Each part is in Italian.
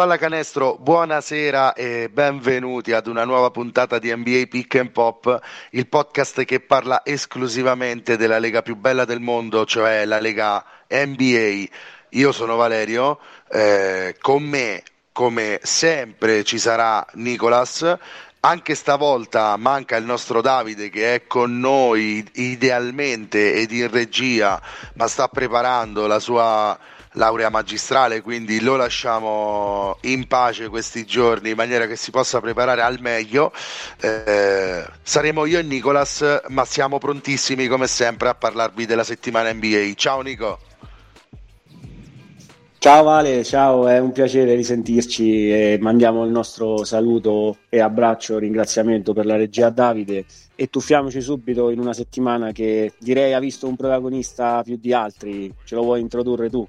Pallacanestro, buonasera e benvenuti ad una nuova puntata di NBA Pick and Pop, il podcast che parla esclusivamente della lega più bella del mondo, cioè la lega NBA. Io sono Valerio, con me, come sempre, ci sarà Nicolas. Anche stavolta manca il nostro Davide che è con noi idealmente ed in regia, ma sta preparando la sua laurea magistrale, quindi lo lasciamo in pace questi giorni in maniera che si possa preparare al meglio. Saremo io e Nicolas, ma siamo prontissimi come sempre a parlarvi della settimana NBA. Ciao Nico. Ciao Vale, ciao, è un piacere risentirci e mandiamo il nostro saluto e abbraccio, ringraziamento per la regia a Davide e tuffiamoci subito in una settimana che direi ha visto un protagonista più di altri. Ce lo vuoi introdurre tu?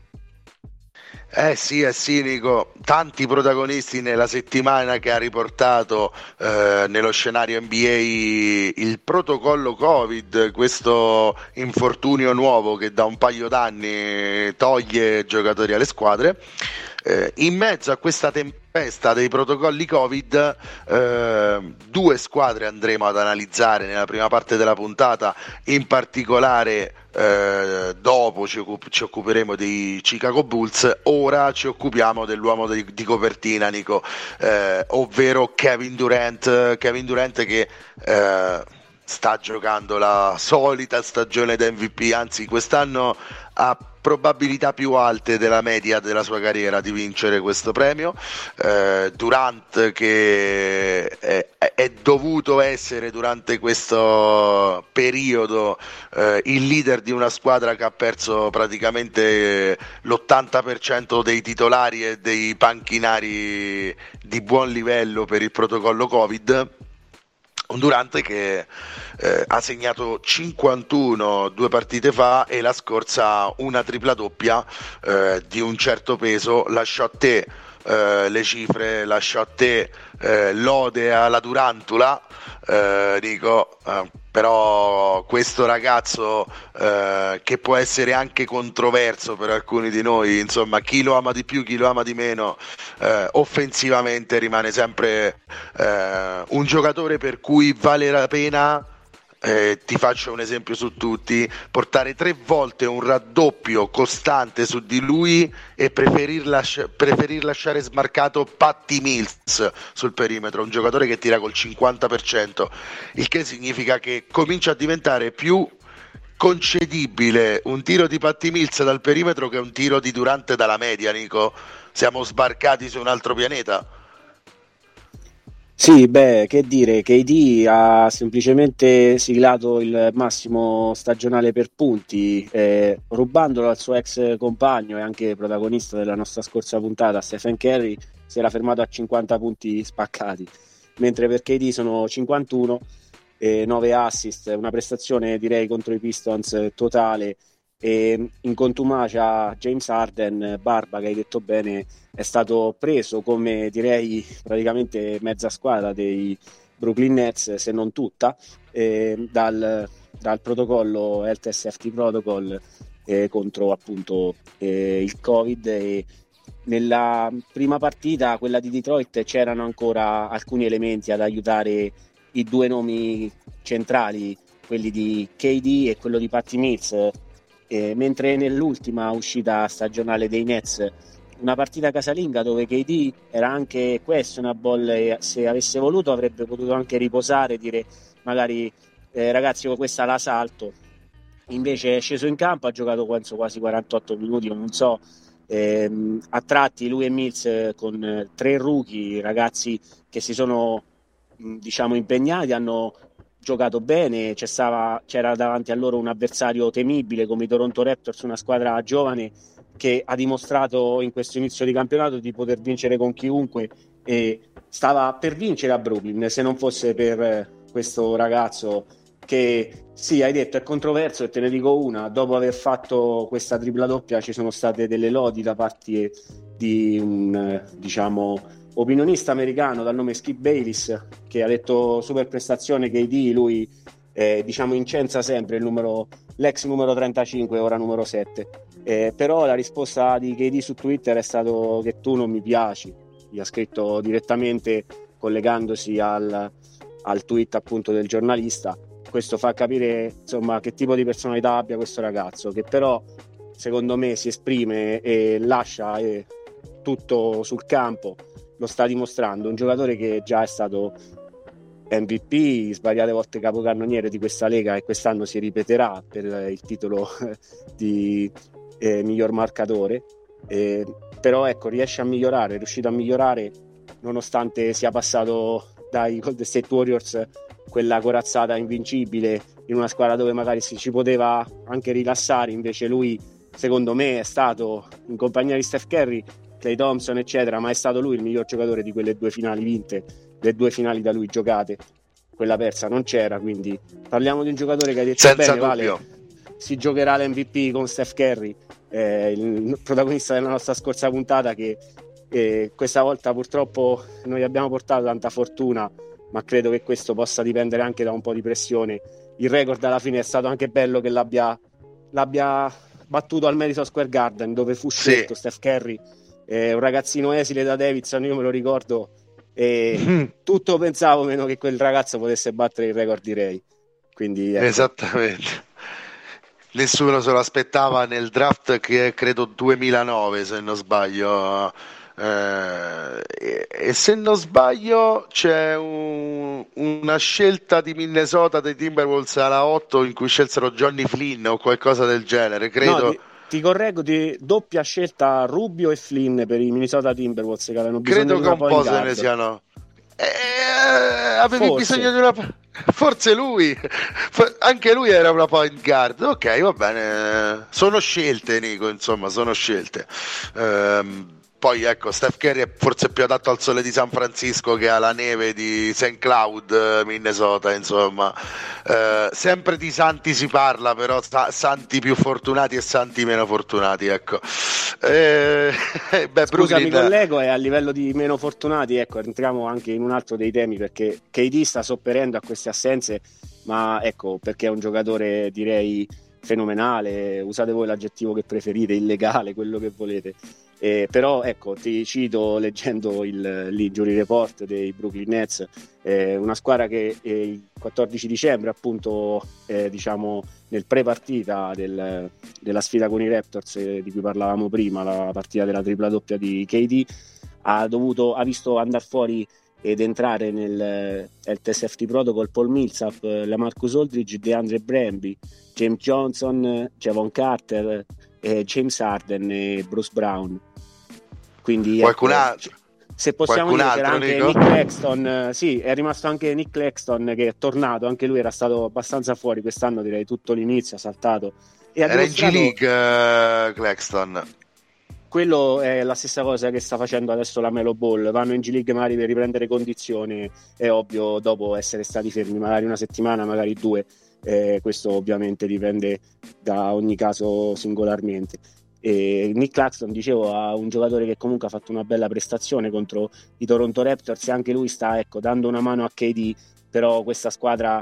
Eh sì Nico, tanti protagonisti nella settimana che ha riportato nello scenario NBA il protocollo Covid, questo infortunio nuovo che da un paio d'anni toglie giocatori alle squadre. In mezzo a questa tempesta dei protocolli Covid, due squadre andremo ad analizzare nella prima parte della puntata, in particolare dopo ci occuperemo dei Chicago Bulls. Ora ci occupiamo dell'uomo di copertina, Nico, ovvero Kevin Durant che sta giocando la solita stagione da MVP, anzi quest'anno ha probabilità più alte della media della sua carriera di vincere questo premio. Durant che è dovuto essere durante questo periodo il leader di una squadra che ha perso praticamente l'80% dei titolari e dei panchinari di buon livello per il protocollo Covid. Un Durant che ha segnato 51 due partite fa e la scorsa una tripla doppia di un certo peso. Lascio a te le cifre, lascio a te lode alla Durantula, dico, però questo ragazzo che può essere anche controverso per alcuni di noi, insomma, chi lo ama di più, chi lo ama di meno, offensivamente rimane sempre un giocatore per cui vale la pena. Ti faccio un esempio su tutti: portare 3 volte un raddoppio costante su di lui e preferir lasciare smarcato Patty Mills sul perimetro, un giocatore che tira col 50%, il che significa che comincia a diventare più concedibile un tiro di Patty Mills dal perimetro che un tiro di Durante dalla media. Nico, siamo sbarcati su un altro pianeta. Sì, beh, che dire, KD ha semplicemente siglato il massimo stagionale per punti, rubandolo al suo ex compagno e anche protagonista della nostra scorsa puntata, Stephen Curry, si era fermato a 50 punti spaccati, mentre per KD sono 51, 9 assist, una prestazione direi contro i Pistons totale. E in contumacia James Harden, Barba, che hai detto bene, è stato preso come direi praticamente mezza squadra dei Brooklyn Nets, se non tutta, dal protocollo Health and Safety Protocol contro appunto il Covid. E nella prima partita, quella di Detroit, c'erano ancora alcuni elementi ad aiutare i due nomi centrali, quelli di KD e quello di Patty Mills. Mentre nell'ultima uscita stagionale dei Nets, una partita casalinga dove KD era anche questionable e se avesse voluto avrebbe potuto anche riposare, dire magari ragazzi, questa la salto, invece è sceso in campo, ha giocato penso quasi 48 minuti o non so, a tratti lui e Mills con 3 rookie, ragazzi che si sono diciamo impegnati, hanno giocato bene, c'era davanti a loro un avversario temibile come i Toronto Raptors, una squadra giovane che ha dimostrato in questo inizio di campionato di poter vincere con chiunque e stava per vincere a Brooklyn se non fosse per questo ragazzo che sì, hai detto è controverso, e te ne dico una: dopo aver fatto questa tripla doppia ci sono state delle lodi da parte di un diciamo opinionista americano dal nome Skip Bayless, che ha detto super prestazione KD, lui diciamo incensa sempre l'ex numero 35, ora numero 7. Però la risposta di KD su Twitter è stato che tu non mi piaci. gli ha scritto direttamente collegandosi al tweet appunto del giornalista. Questo fa capire insomma che tipo di personalità abbia questo ragazzo, che però secondo me si esprime e lascia tutto sul campo, lo sta dimostrando. Un giocatore che già è stato MVP, svariate volte capocannoniere di questa Lega, e quest'anno si ripeterà per il titolo di miglior marcatore, però ecco, riesce a migliorare, è riuscito a migliorare nonostante sia passato dai Golden State Warriors, quella corazzata invincibile, in una squadra dove magari ci poteva anche rilassare. Invece lui, secondo me, è stato in compagnia di Steph Curry, Klay Thompson eccetera, ma è stato lui il miglior giocatore di quelle 2 finali vinte, le 2 finali da lui giocate. Quella persa non c'era, quindi parliamo di un giocatore che hai detto senza bene, dubbio. Vale, si giocherà l'MVP con Steph Curry, il protagonista della nostra scorsa puntata, che questa volta purtroppo noi abbiamo portato tanta fortuna, ma credo che questo possa dipendere anche da un po' di pressione. Il record alla fine è stato anche bello che l'abbia battuto al Madison Square Garden, dove fu scelto Steph Curry, un ragazzino esile da Davidson, io me lo ricordo, e tutto pensavo meno che quel ragazzo potesse battere il record di Ray. Quindi, ecco. Esattamente, nessuno se lo aspettava nel draft, che è credo 2009 se non sbaglio, e se non sbaglio c'è una scelta di Minnesota dei Timberwolves alla 8 in cui scelsero Johnny Flynn o qualcosa del genere, credo. No, ti correggo, di doppia scelta Rubio e Flynn per i Minnesota Timberwolves, che avevano bisogno Credo di che una un po' point se ne guard. siano. Avevi bisogno di una. Forse lui, anche lui era una point guard. Ok, va bene. Sono scelte, Nico. Insomma, sono scelte. Poi ecco, Steph Curry è forse più adatto al sole di San Francisco che alla neve di St. Cloud, Minnesota. Insomma, sempre di santi si parla, però santi più fortunati e santi meno fortunati. Ecco. Scusa, mi Brooklyn. collego, e a livello di meno fortunati, ecco, entriamo anche in un altro dei temi, perché KD sta sopperendo a queste assenze, ma ecco, perché è un giocatore, direi, fenomenale. Usate voi l'aggettivo che preferite, illegale, quello che volete. Però ecco, ti cito leggendo l'injury report dei Brooklyn Nets, una squadra che il 14 dicembre appunto, diciamo nel pre-partita della sfida con i Raptors, di cui parlavamo prima, la partita della tripla doppia di KD, ha visto andare fuori ed entrare nel Health Safety Protocol Paul Millsap, LaMarcus Aldridge, DeAndre Bramby, James Johnson, Javon Carter, James Harden e Bruce Brown. Quindi qualcun ecco, altro, se possiamo dire, c'era anche Nico? Nick Claxton, sì, è rimasto anche Nick Claxton, che è tornato, anche lui era stato abbastanza fuori quest'anno, direi tutto l'inizio, ha saltato e ha era in dimostrato. G-League, Claxton. Quello è la stessa cosa che sta facendo adesso la Melo Ball, vanno in G-League magari per riprendere condizione, è ovvio, dopo essere stati fermi magari una settimana, magari 2, questo ovviamente dipende da ogni caso singolarmente. Nick Claxton, dicevo, ha un giocatore che comunque ha fatto una bella prestazione contro i Toronto Raptors, e anche lui sta, ecco, dando una mano a KD, però questa squadra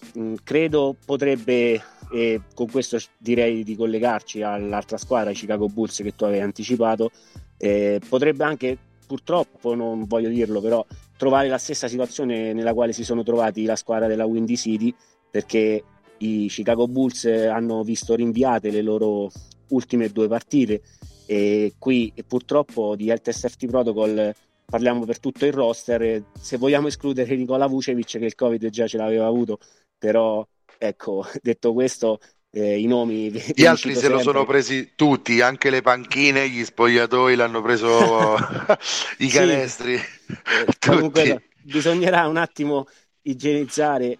credo potrebbe, e con questo direi di collegarci all'altra squadra, i Chicago Bulls, che tu avevi anticipato, potrebbe anche, purtroppo non voglio dirlo, però trovare la stessa situazione nella quale si sono trovati la squadra della Windy City, perché i Chicago Bulls hanno visto rinviate le loro ultime 2 partite, e qui purtroppo di Health Safety Protocol parliamo per tutto il roster, se vogliamo escludere Nikola Vucevic, che il Covid già ce l'aveva avuto, però ecco, detto questo, i nomi gli altri se lo sono presi tutti, anche le panchine, gli spogliatoi l'hanno preso i canestri, comunque bisognerà un attimo igienizzare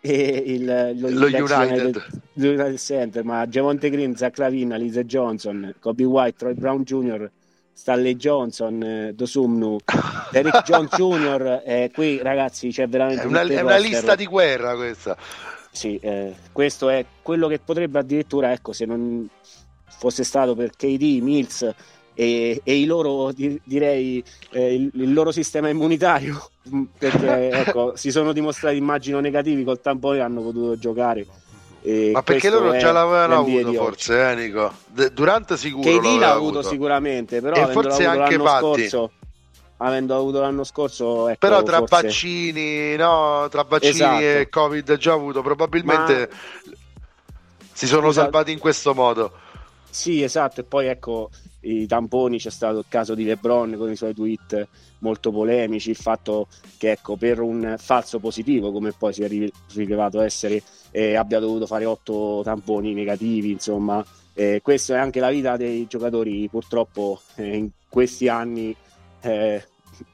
lo United Center, ma Javonte Green, Zach LaVine, Alize Johnson, Kobe White, Troy Brown Jr., Stanley Johnson, Dosumnu, Derrick Jones Jr., qui ragazzi c'è veramente è una lista di guerra questa. Sì, questo è quello che potrebbe addirittura, ecco, se non fosse stato per KD, Mills e i loro, direi, il loro sistema immunitario, perché ecco, si sono dimostrati, immagino, negativi col tampone, hanno potuto giocare. Ma perché loro già l'avevano avuto, forse, Nico? Durante sicuro KD l'ha avuto sicuramente, però e forse anche l'anno Patti. scorso, avendo avuto l'anno scorso, Però ecco, tra forse vaccini, no, tra vaccini e esatto. Covid già avuto, Ma probabilmente si sono scusa, salvati in questo modo. sì, esatto, e poi ecco i tamponi, c'è stato il caso di LeBron con i suoi tweet molto polemici, il fatto che ecco per un falso positivo, come poi si è rivelato essere, abbia dovuto fare 8 tamponi negativi, insomma, questa è anche la vita dei giocatori purtroppo in questi anni eh,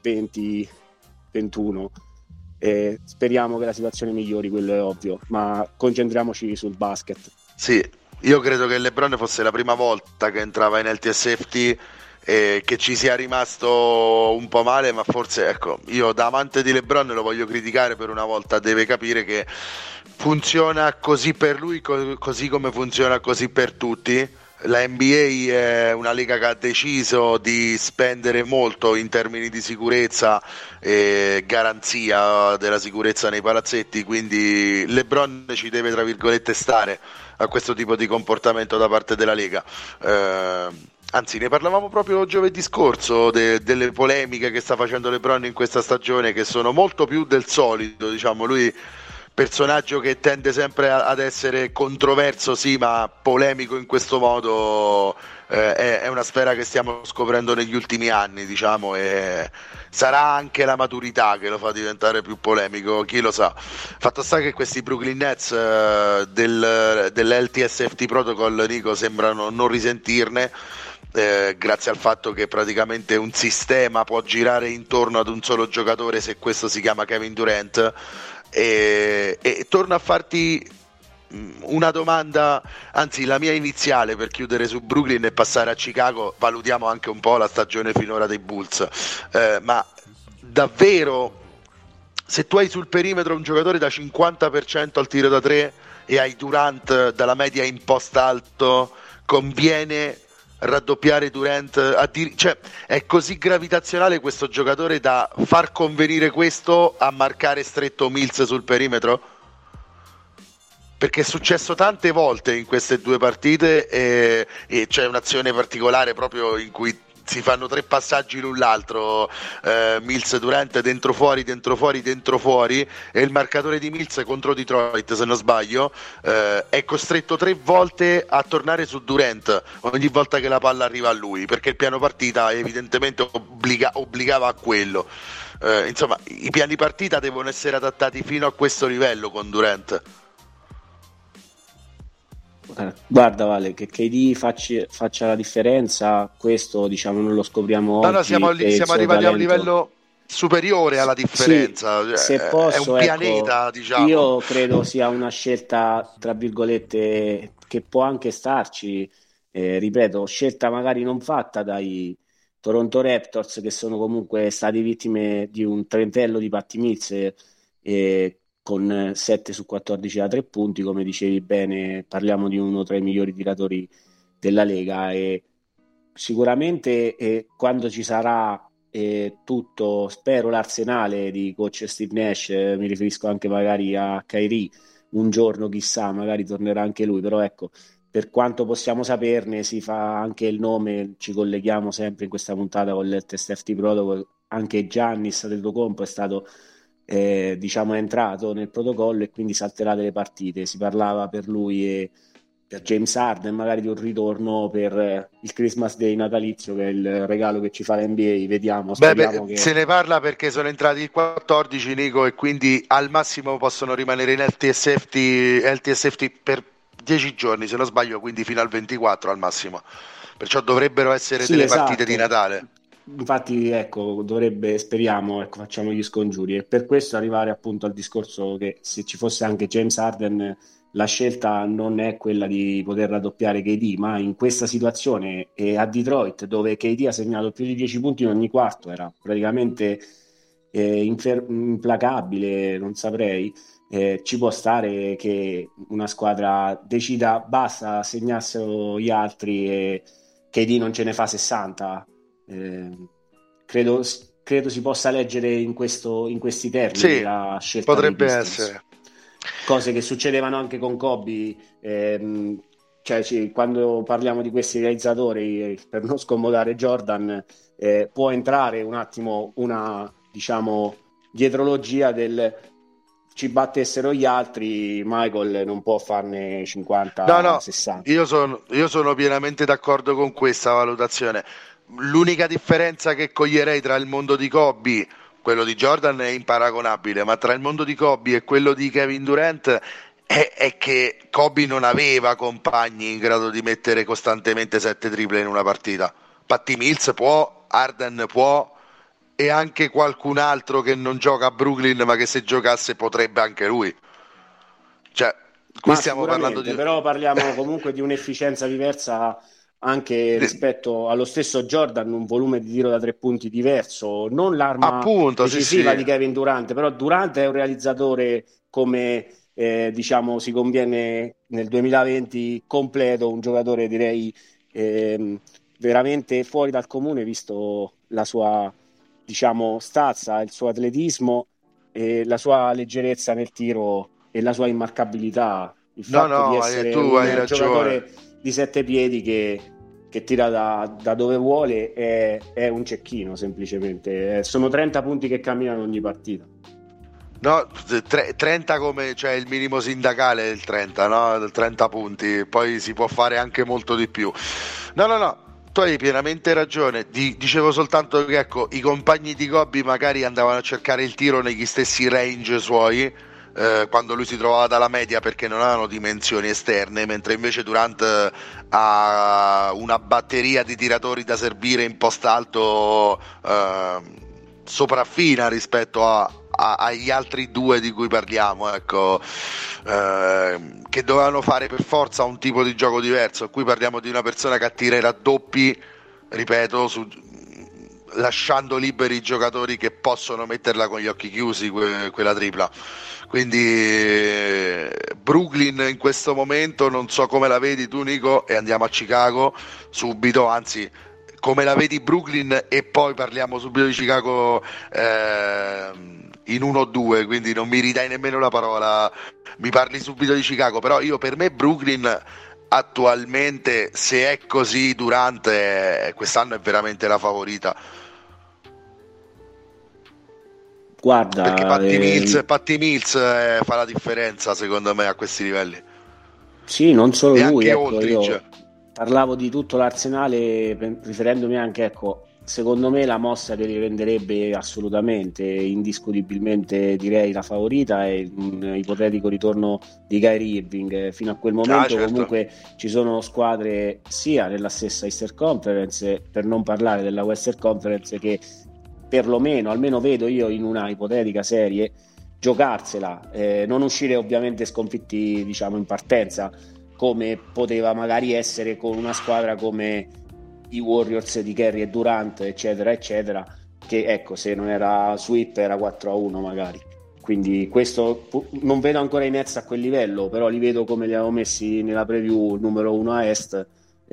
20-21. Speriamo che la situazione migliori, quello è ovvio, ma concentriamoci sul basket. Sì, io credo che LeBron fosse la prima volta che entrava in LTS Safety e che ci sia rimasto un po' male, ma forse, ecco, io da amante di LeBron lo voglio criticare per una volta, deve capire che funziona così per lui, così come funziona così per tutti. La NBA è una lega che ha deciso di spendere molto in termini di sicurezza e garanzia della sicurezza nei palazzetti, quindi LeBron ci deve, tra virgolette, stare a questo tipo di comportamento da parte della Lega. Anzi, ne parlavamo proprio giovedì scorso delle polemiche che sta facendo LeBron in questa stagione, che sono molto più del solito, diciamo, lui personaggio che tende sempre ad essere controverso, sì, ma polemico in questo modo. È una sfera che stiamo scoprendo negli ultimi anni, diciamo, e sarà anche la maturità che lo fa diventare più polemico, chi lo sa. Fatto sta che questi Brooklyn Nets dell'LTSFT Protocol, Nico, sembrano non risentirne. Grazie al fatto che praticamente un sistema può girare intorno ad un solo giocatore, se questo si chiama Kevin Durant. E torno a farti una domanda, anzi la mia iniziale per chiudere su Brooklyn e passare a Chicago. Valutiamo anche un po' la stagione finora dei Bulls, ma davvero, se tu hai sul perimetro un giocatore da 50% al tiro da 3 e hai Durant dalla media in post alto, conviene raddoppiare Durant? Cioè, è così gravitazionale questo giocatore da far convenire questo a marcare stretto Mills sul perimetro? Perché è successo tante volte in queste due partite e c'è un'azione particolare proprio in cui si fanno 3 passaggi l'un l'altro, Mills Durant dentro fuori dentro fuori dentro fuori, e il marcatore di Mills contro Detroit, se non sbaglio, è costretto 3 volte a tornare su Durant ogni volta che la palla arriva a lui, perché il piano partita evidentemente obbligava a quello. Insomma, i piani partita devono essere adattati fino a questo livello con Durant. Guarda Vale, che KD faccia la differenza, questo diciamo non lo scopriamo No, no, oggi e il siamo suo arrivati a un talento. livello superiore alla Sì, differenza, se è un posso, ecco, pianeta, diciamo. io credo sia una scelta, tra virgolette, che può anche starci, ripeto, scelta magari non fatta dai Toronto Raptors, che sono comunque stati vittime di un trentello di Patty Mills, con 7 su 14 da 3 punti, come dicevi bene, parliamo di uno tra i migliori tiratori della Lega e sicuramente quando ci sarà tutto, spero l'arsenale di coach Steve Nash, mi riferisco anche magari a Kyrie, un giorno chissà, magari tornerà anche lui, però ecco, per quanto possiamo saperne, si fa anche il nome, ci colleghiamo sempre in questa puntata con il test FT Protocol, anche Giannis Antetokounmpo è stato diciamo è entrato nel protocollo e quindi salterà delle partite. Si parlava per lui e per James Harden magari di un ritorno per il Christmas Day natalizio, che è il regalo che ci fa l'NBA. Vediamo, speriamo che Se ne parla perché sono entrati il 14, Nico, e quindi al massimo possono rimanere in LTSFT per 10 giorni, se non sbaglio, quindi fino al 24 al massimo. Perciò dovrebbero essere sì, delle partite di esatto. Natale. Infatti, ecco, dovrebbe, speriamo, ecco, facciamo gli scongiuri e per questo arrivare appunto al discorso che se ci fosse anche James Harden, la scelta non è quella di poter raddoppiare KD, ma in questa situazione e a Detroit, dove KD ha segnato più di 10 punti in ogni quarto, era praticamente implacabile, non saprei. Ci può stare che una squadra decida basta, segnassero gli altri e KD non ce ne fa 60. Eh, credo, credo si possa leggere in questi termini Sì, la scelta dei potrebbe Pistons. essere. Cose che succedevano anche con Kobe, cioè, quando parliamo di questi realizzatori, per non scomodare Jordan, può entrare un attimo una, diciamo, dietrologia del ci battessero gli altri, Michael non può farne No, 50, no, 60. io sono pienamente d'accordo con questa valutazione. L'unica differenza che coglierei tra il mondo di Kobe, quello di Jordan è imparagonabile, ma tra il mondo di Kobe e quello di Kevin Durant è che Kobe non aveva compagni in grado di mettere costantemente 7 triple in una partita. Patty Mills può, Harden può, e anche qualcun altro che non gioca a Brooklyn, ma che se giocasse potrebbe anche lui. Cioè, qui Ma stiamo parlando sicuramente, di... però parliamo comunque di un'efficienza diversa anche rispetto allo stesso Jordan, un volume di tiro da 3 punti diverso, non l'arma Appunto, sì, decisiva sì. di Kevin Durant, però Durant è un realizzatore come diciamo si conviene nel 2020 completo, un giocatore direi veramente fuori dal comune visto la sua diciamo stazza, il suo atletismo e la sua leggerezza nel tiro e la sua immarcabilità, il No, fatto no, di tu essere hai un ragione. giocatore di 7 piedi che tira da dove vuole è un cecchino semplicemente. Sono 30 punti che camminano ogni partita. No, 30 come, cioè il minimo sindacale è il 30, no? 30 punti, poi si può fare anche molto di più. No, no, no, tu hai pienamente ragione. Dicevo soltanto che ecco, i compagni di Kobe magari andavano a cercare il tiro negli stessi range suoi, quando lui si trovava dalla media perché non avevano dimensioni esterne, mentre invece Durant ha una batteria di tiratori da servire in post alto sopraffina rispetto agli altri due di cui parliamo, ecco, che dovevano fare per forza un tipo di gioco diverso. Qui parliamo di una persona che attira i raddoppi, ripeto, lasciando liberi i giocatori che possono metterla con gli occhi chiusi quella tripla. Quindi Brooklyn in questo momento non so come la vedi tu, Nico, e andiamo a Chicago subito, anzi come la vedi Brooklyn e poi parliamo subito di Chicago in 1 o 2, quindi non mi ridai nemmeno la parola, mi parli subito di Chicago. Però io, per me Brooklyn attualmente, se è così durante quest'anno, è veramente la favorita, perché Guarda, Patty Mills fa la differenza secondo me a questi livelli, sì, non solo lui, neanche ecco, io Aldridge. parlavo di tutto l'Arsenale riferendomi anche, ecco, secondo me la mossa che li renderebbe assolutamente, indiscutibilmente direi la favorita è un ipotetico ritorno di Kyrie Irving. Fino a quel Ah, momento certo. comunque ci sono squadre sia nella stessa Eastern Conference, per non parlare della Western Conference, che perlomeno, almeno vedo io in una ipotetica serie, giocarsela, non uscire ovviamente sconfitti diciamo in partenza come poteva magari essere con una squadra come i Warriors di Curry e Durant eccetera eccetera, che ecco se non era sweep era 4-1 magari. Quindi questo non vedo ancora i Nets a quel livello, però li vedo come li avevo messi nella preview numero 1 a Est.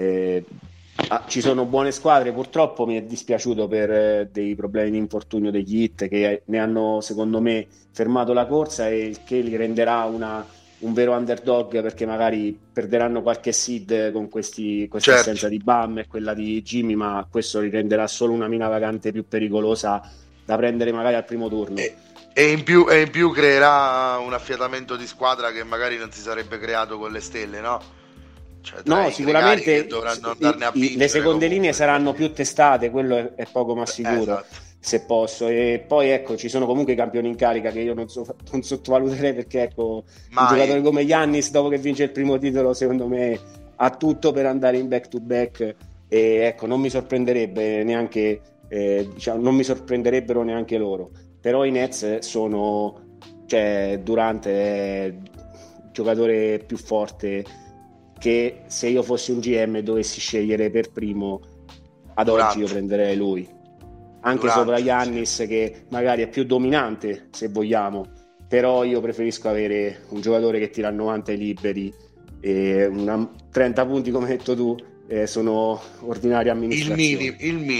Ci sono buone squadre, purtroppo mi è dispiaciuto per dei problemi di infortunio degli Heat che ne hanno secondo me fermato la corsa, e il che li renderà un vero underdog, perché magari perderanno qualche seed con questa Certo. assenza di Bam e quella di Jimmy, ma questo li renderà solo una mina vagante più pericolosa da prendere magari al primo turno. E in più creerà un affiatamento di squadra che magari non si sarebbe creato con le stelle, no? Cioè tra No, i gregari che sicuramente dovranno andarne a le vincere seconde linee comunque. saranno più testate, quello è poco ma sicuro, Esatto. se posso. E poi ecco, ci sono comunque i campioni in carica che io non sottovaluterei, perché ecco, un Mai. giocatore come Giannis, dopo che vince il primo titolo, secondo me ha tutto per andare in back to back, e ecco, non mi sorprenderebbe neanche, diciamo, non mi sorprenderebbero neanche loro. Però i Nets sono, cioè, Durant è il giocatore più forte che, se io fossi un GM e dovessi scegliere per primo, ad oggi io Durant. prenderei lui, anche sopra Durant, sì. Giannis che magari è più dominante se vogliamo, però io preferisco avere un giocatore che tira a 90 ai liberi, e 30 punti come hai detto tu sono ordinaria Il, amministrazione. mini-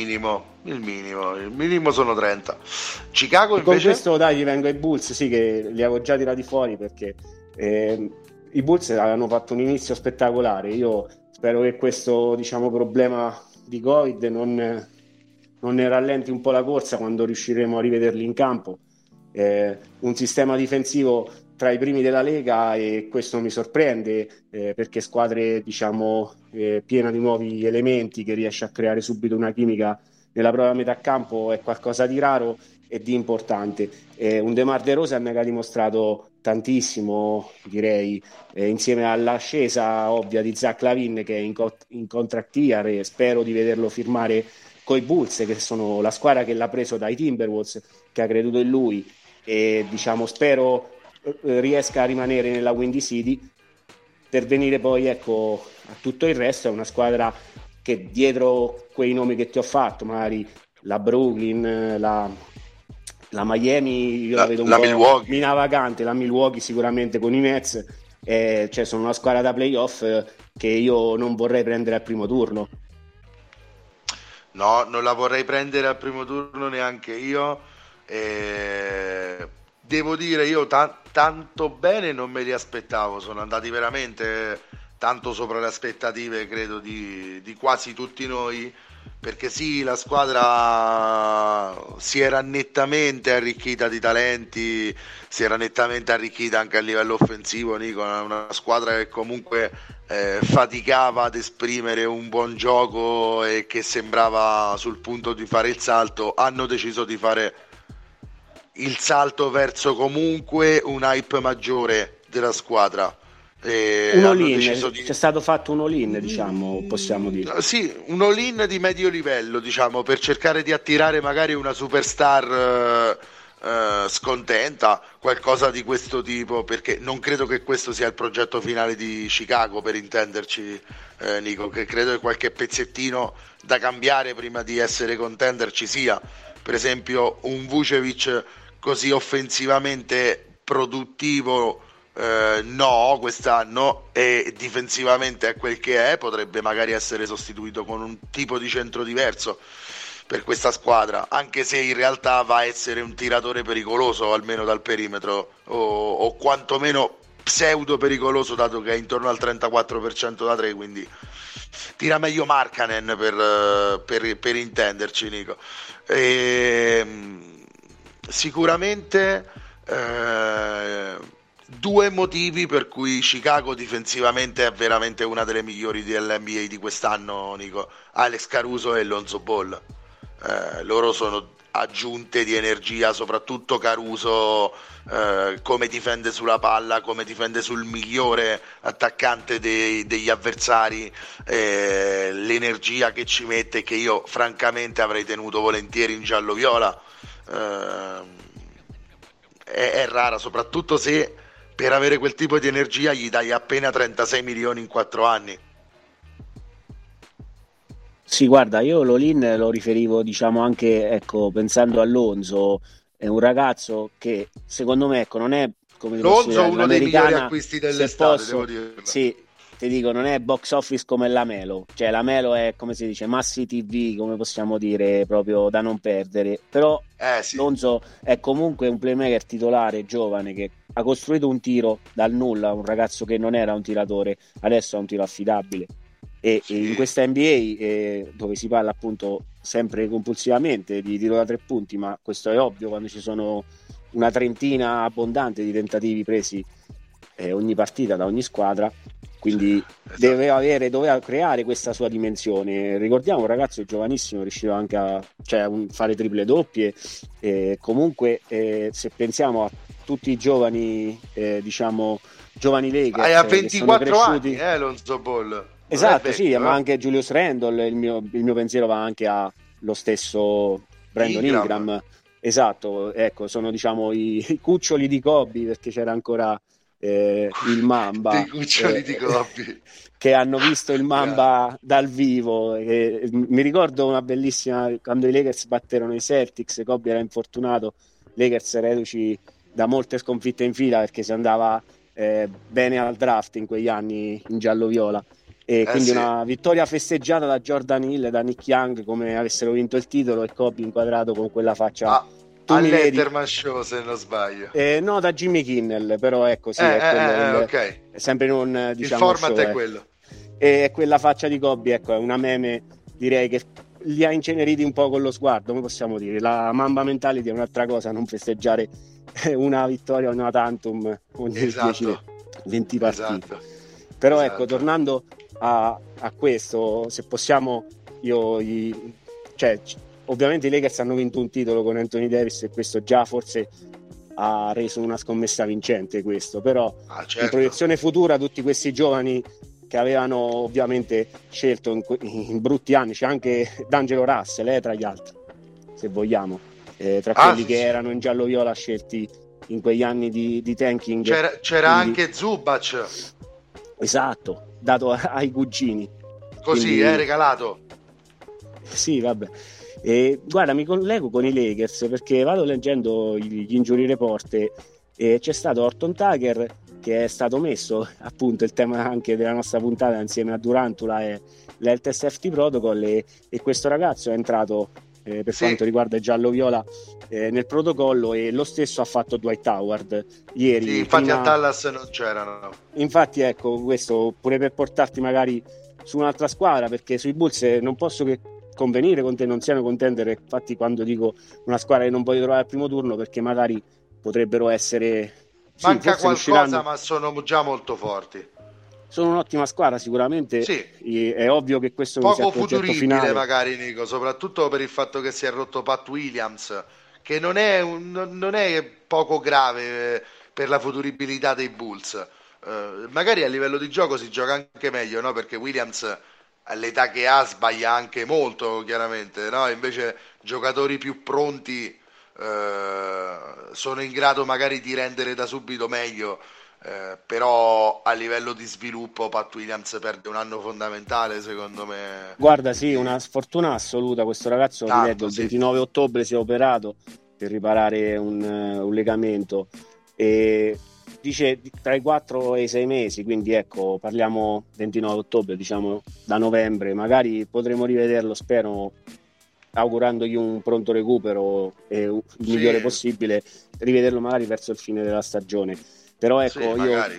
il minimo sono 30. Chicago E con invece? questo dai, gli vengo ai Bulls, sì, che li avevo già tirati fuori perché i Bulls hanno fatto un inizio spettacolare. Io spero che questo, diciamo, problema di Covid non ne rallenti un po' la corsa quando riusciremo a rivederli in campo. Un sistema difensivo tra i primi della Lega, e questo mi sorprende, perché squadre, diciamo, piena di nuovi elementi, che riesce a creare subito una chimica nella propria metà campo, è qualcosa di raro e di importante. Un DeMar DeRozan che ha dimostrato tantissimo, direi, insieme all'ascesa ovvia di Zach LaVine, che è in contract year, e spero di vederlo firmare coi Bulls, che sono la squadra che l'ha preso dai Timberwolves, che ha creduto in lui, e diciamo spero riesca a rimanere nella Windy City, per venire poi, ecco, a tutto il resto. È una squadra che dietro quei nomi che ti ho fatto, magari la Brooklyn, la Miami, io la vedo un po' Milwaukee. mina vagante, la Milwaukee sicuramente con i Nets, cioè sono una squadra da playoff che io non vorrei prendere al primo turno. No, non la vorrei prendere al primo turno neanche io. Devo dire, io tanto bene non me li aspettavo, sono andati veramente tanto sopra le aspettative, credo, di quasi tutti noi, perché sì, la squadra si era nettamente arricchita di talenti, si era nettamente arricchita anche a livello offensivo, Nico, una squadra che comunque faticava ad esprimere un buon gioco e che sembrava sul punto di fare il salto. Hanno deciso di fare il salto verso comunque un hype maggiore della squadra. Un all-in, c'è stato fatto un all-in, diciamo, possiamo dire. Sì, un all-in di medio livello, diciamo, per cercare di attirare magari una superstar scontenta, qualcosa di questo tipo, perché non credo che questo sia il progetto finale di Chicago, per intenderci, Nico, che credo che qualche pezzettino da cambiare prima di essere contender ci sia. Per esempio un Vucevic così offensivamente produttivo, no, quest'anno, e difensivamente è quel che è, potrebbe magari essere sostituito con un tipo di centro diverso per questa squadra, anche se in realtà va a essere un tiratore pericoloso almeno dal perimetro, o quantomeno pseudo pericoloso, dato che è intorno al 34% da 3, quindi tira meglio Markkanen per intenderci, Nico. Sicuramente due motivi per cui Chicago difensivamente è veramente una delle migliori dell'NBA di quest'anno, Nico: Alex Caruso e Lonzo Ball. Loro sono aggiunte di energia, soprattutto Caruso, come difende sulla palla, come difende sul migliore attaccante degli avversari, l'energia che ci mette, che io francamente avrei tenuto volentieri in giallo-viola, è rara, soprattutto se per avere quel tipo di energia gli dai appena 36 milioni in 4 anni. Sì, guarda, io l'Olin lo riferivo, diciamo, anche, ecco, pensando a Lonzo. È un ragazzo che secondo me, ecco, non è, come ti posso Lonzo dire, uno dei migliori l'americana, acquisti se dell'estate, devo posso, dirlo. sì, ti dico, non è box office come la Melo, cioè la Melo è, come si dice, massi TV, come possiamo dire, proprio da non perdere. Però Sì. Lonzo è comunque un playmaker titolare, giovane, che ha costruito un tiro dal nulla, un ragazzo che non era un tiratore, adesso ha un tiro affidabile. E in questa NBA, dove si parla appunto sempre compulsivamente di tiro da 3 punti, ma questo è ovvio quando ci sono una trentina abbondante di tentativi presi ogni partita da ogni squadra, quindi Esatto. doveva creare questa sua dimensione. Ricordiamo, un ragazzo giovanissimo, riusciva anche a fare triple doppie, comunque, se pensiamo a tutti i giovani, diciamo giovani Lakers, Ha che sono 24 cresciuti. anni, Lonzo Ball. Esatto, sì, ma anche Julius Randle, il mio pensiero va anche allo stesso Brandon Ingram. Esatto, ecco, sono, diciamo, i cuccioli di Kobe, perché c'era ancora il Mamba, dei cuccioli di Kobe, che hanno visto il Mamba dal vivo. Mi ricordo una bellissima, quando i Lakers batterono i Celtics, Kobe era infortunato, Lakers reduci da molte sconfitte in fila, perché si andava bene al draft in quegli anni in giallo-viola. E quindi sì. una vittoria festeggiata da Jordan Hill e da Nick Young come avessero vinto il titolo, e Kobe inquadrato con quella faccia all'Etherman Show, se non sbaglio. No, da Jimmy Kimmel, però ecco, sì, è quello okay. sempre non, diciamo, il format show, è quello. E quella faccia di Kobe, ecco, è una meme, direi, che li ha inceneriti un po' con lo sguardo, come possiamo dire. La Mamba mentality è un'altra cosa, non festeggiare una vittoria, una tantum ogni 10-20 partite. Esatto. Però ecco, tornando a questo, se possiamo, ovviamente i Lakers hanno vinto un titolo con Anthony Davis e questo già forse ha reso una scommessa vincente, questo, però in proiezione futura tutti questi giovani che avevano ovviamente scelto in brutti anni, c'è anche D'Angelo Russell tra gli altri, se vogliamo, tra quelli che erano in giallo-viola scelti in quegli anni di tanking. C'era quindi anche Zubac, esatto, dato ai cugini, così, regalato. Sì, vabbè. Guarda, mi collego con i Lakers perché vado leggendo gli injury report e c'è stato Horton Tucker che è stato messo, appunto, il tema anche della nostra puntata insieme a Durantula e l'Health Safety Protocol, e questo ragazzo è entrato per quanto riguarda il giallo-viola nel protocollo, e lo stesso ha fatto Dwight Howard ieri. Sì, infatti a Dallas non c'erano. Infatti, ecco, questo pure per portarti magari su un'altra squadra, perché sui Bulls non posso che convenire con te, non siano contender. Infatti quando dico una squadra che non voglio trovare al primo turno, perché magari potrebbero essere, manca qualcosa, ma sono già molto forti. Sono un'ottima squadra sicuramente, è ovvio che questo non sia il progetto futuribile finale. Magari, Nico, soprattutto per il fatto che si è rotto Pat Williams, che non è poco grave per la futuribilità dei Bulls. Magari a livello di gioco si gioca anche meglio, no? Perché Williams all'età che ha sbaglia anche molto, chiaramente, no? Invece giocatori più pronti sono in grado magari di rendere da subito meglio, però a livello di sviluppo Pat Williams perde un anno fondamentale, secondo me. Guarda, sì, una sfortuna assoluta. Questo ragazzo, leggo, il 29 ottobre si è operato per riparare un legamento e dice tra i 4 e i 6 mesi, quindi ecco, parliamo 29 ottobre, diciamo da novembre, magari potremo rivederlo, spero, augurandogli un pronto recupero e il migliore possibile, rivederlo magari verso il fine della stagione. Però ecco,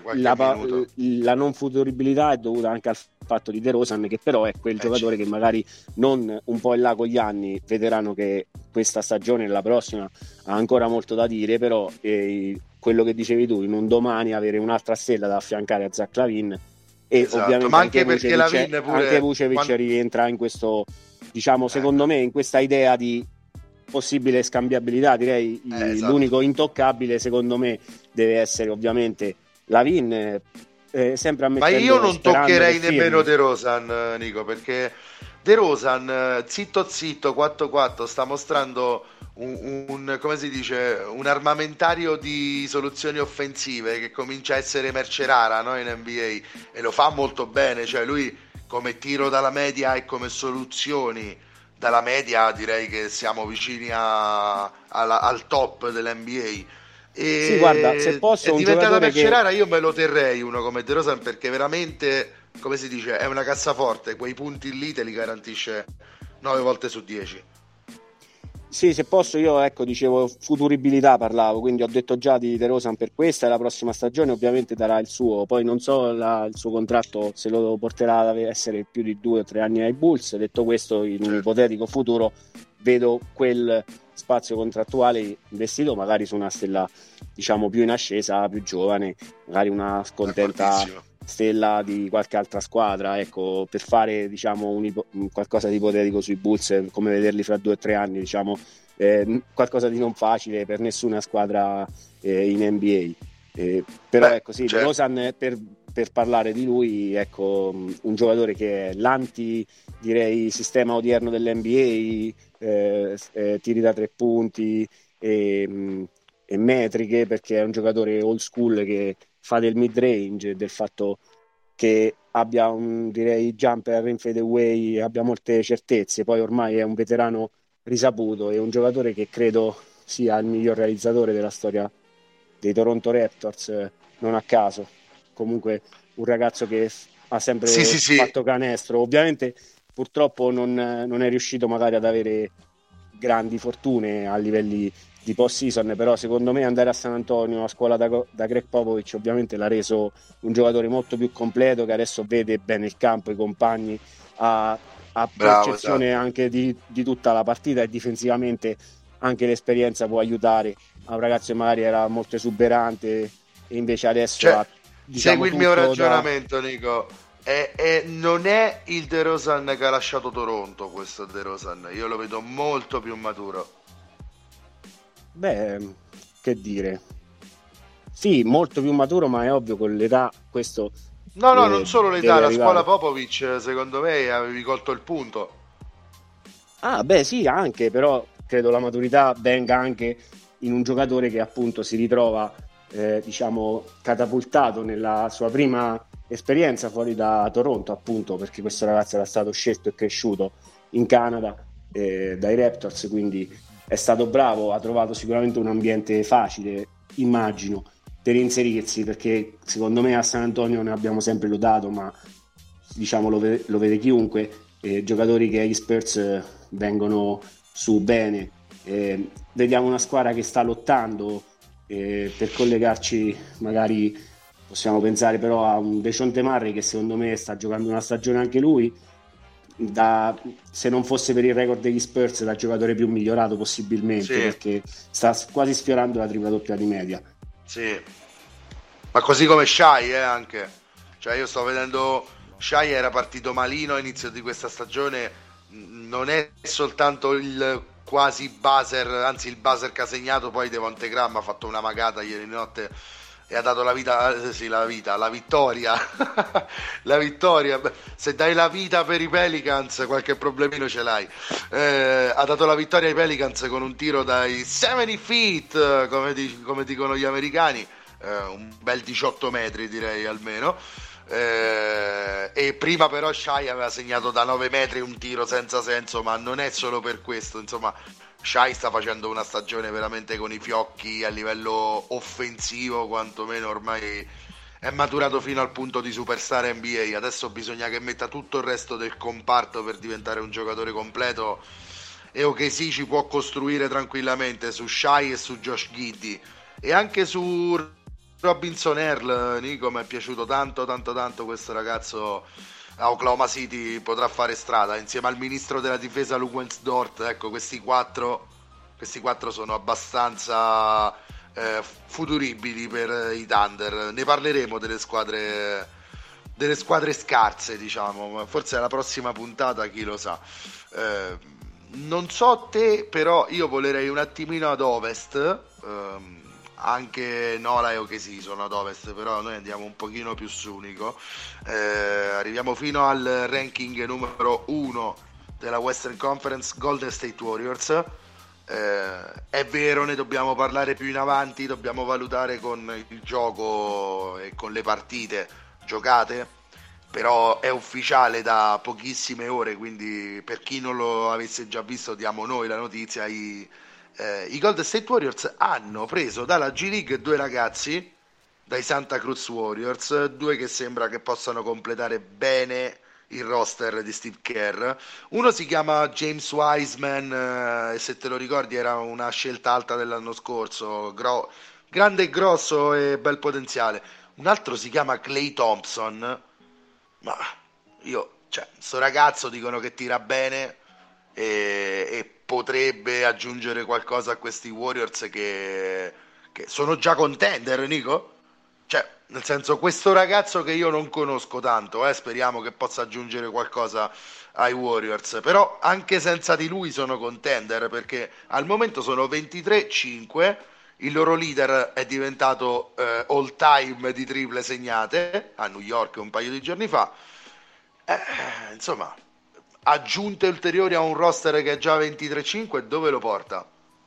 la non futuribilità è dovuta anche al fatto di DeRozan, che però è quel giocatore che magari non un po' in là con gli anni vedranno che questa stagione e la prossima ha ancora molto da dire, però quello che dicevi tu, in un domani avere un'altra stella da affiancare a Zach LaVine, e ovviamente ma anche perché LaVine pure, anche Vucevic rientra in questo, diciamo, secondo me, in questa idea di possibile scambiabilità, direi. L'unico intoccabile secondo me deve essere ovviamente LaVine, sempre ammettendo, ma io non toccherei nemmeno DeRozan, Nico, perché DeRozan zitto 4-4 sta mostrando come si dice, un armamentario di soluzioni offensive che comincia a essere merce rara, no, in NBA, e lo fa molto bene, cioè lui come tiro dalla media e come soluzioni dalla media direi che siamo vicini al top dell'NBA. Sì, guarda, se posso, è un diventata giocatore merce rara, io me lo terrei uno come DeRozan, perché veramente, come si dice, è una cassaforte, quei punti lì te li garantisce 9 volte su 10. Sì, se posso, io ecco, dicevo futuribilità, parlavo, quindi ho detto già di DeRozan per questa e la prossima stagione ovviamente darà il suo, poi non so il suo contratto se lo porterà ad essere più di 2 o 3 anni ai Bulls. Detto questo, in un ipotetico futuro vedo quel spazio contrattuale investito magari su una stella, diciamo, più in ascesa, più giovane, magari una scontenta stella di qualche altra squadra, ecco, per fare, diciamo, qualcosa di ipotetico sui Bulls, come vederli fra 2 o 3 anni, diciamo, qualcosa di non facile per nessuna squadra in NBA. Però ecco, sì, DeRozan, per parlare di lui, ecco, un giocatore che è l'anti, direi, sistema odierno dell'NBA, tiri da 3 punti e metriche, perché è un giocatore old school che fa del mid range, del fatto che abbia direi jumper in fade away, abbia molte certezze. Poi ormai è un veterano risaputo, è un giocatore che credo sia il miglior realizzatore della storia dei Toronto Raptors, non a caso. Comunque un ragazzo che ha sempre fatto canestro. Ovviamente purtroppo non è riuscito magari ad avere grandi fortune a livelli di post-season, però secondo me andare a San Antonio a scuola da Greg Popovich ovviamente l'ha reso un giocatore molto più completo, che adesso vede bene il campo, i compagni, ha Bravo, percezione esatto. anche di tutta la partita, e difensivamente anche l'esperienza può aiutare a un ragazzo che magari era molto esuberante e invece adesso Cioè, ha, diciamo, segui il mio tutto da... ragionamento, Nico. Non è il DeRozan che ha lasciato Toronto, questo DeRozan. Io lo vedo molto più maturo. Beh, che dire, sì, molto più maturo, ma è ovvio con l'età questo No, no, non solo l'età, deve la scuola arrivare. Popovic, secondo me avevi colto il punto. Ah, beh, sì, anche, però credo la maturità venga anche in un giocatore che appunto si ritrova, diciamo, catapultato nella sua prima esperienza fuori da Toronto, appunto, perché questo ragazzo era stato scelto e cresciuto in Canada, dai Raptors, quindi è stato bravo, ha trovato sicuramente un ambiente facile, immagino, per inserirsi, perché secondo me a San Antonio ne abbiamo sempre lodato, ma diciamo lo vede chiunque, giocatori che agli Spurs vengono su bene. Vediamo una squadra che sta lottando, per collegarci magari possiamo pensare però a un Dejounte Murray che secondo me sta giocando una stagione anche lui se non fosse per il record degli Spurs, da giocatore più migliorato possibilmente, Sì, perché sta quasi sfiorando la tripla doppia di media. sì. Ma così come Shai, anche. Cioè, io sto vedendo. Shai era partito malino all'inizio di questa stagione. Non è soltanto il quasi buzzer, anzi il buzzer che ha segnato. Poi Devonte Graham ha fatto una magata ieri notte e ha dato la vita, sì, la vittoria. La vittoria. Beh, se dai la vita per i Pelicans, qualche problemino ce l'hai. Ha dato la vittoria ai Pelicans con un tiro dai 70 feet, come dicono gli americani. Un bel 18 metri direi almeno. E prima però Shai aveva segnato da 9 metri un tiro senza senso, ma non è solo per questo, insomma Shai sta facendo una stagione veramente con i fiocchi a livello offensivo, quantomeno ormai è maturato fino al punto di superstar NBA. Adesso bisogna che metta tutto il resto del comparto per diventare un giocatore completo, e OKC ci può costruire tranquillamente su Shai e su Josh Giddey e anche su Robinson Earl. Nico, mi è piaciuto tanto tanto tanto questo ragazzo a Oklahoma City, potrà fare strada insieme al ministro della difesa Luguentz Dort. Ecco, questi quattro sono abbastanza futuribili per i Thunder. Ne parleremo delle squadre scarse, diciamo, forse alla prossima puntata, chi lo sa. Non so te, però io volerei un attimino ad ovest. Anche Nola e OKC sono ad ovest, però noi andiamo un pochino più su, Nico. Arriviamo fino al ranking numero 1 della Western Conference, Golden State Warriors. È vero, ne dobbiamo parlare più in avanti, dobbiamo valutare con il gioco e con le partite giocate, però è ufficiale da pochissime ore, quindi per chi non lo avesse già visto diamo noi la notizia. I Golden State Warriors hanno preso dalla G League due ragazzi, dai Santa Cruz Warriors, due che sembra che possano completare bene il roster di Steve Kerr. Uno si chiama James Wiseman, e se te lo ricordi era una scelta alta dell'anno scorso, grande e grosso e bel potenziale. Un altro si chiama Clay Thompson, ma cioè, sto ragazzo dicono che tira bene e potrebbe aggiungere qualcosa a questi Warriors che sono già contender, Nico? Cioè, nel senso, questo ragazzo che io non conosco tanto, speriamo che possa aggiungere qualcosa ai Warriors, però anche senza di lui sono contender, perché al momento sono 23-5, il loro leader è diventato all time di triple segnate a New York un paio di giorni fa. Insomma, aggiunte ulteriori a un roster che è già 23-5, dove lo porta?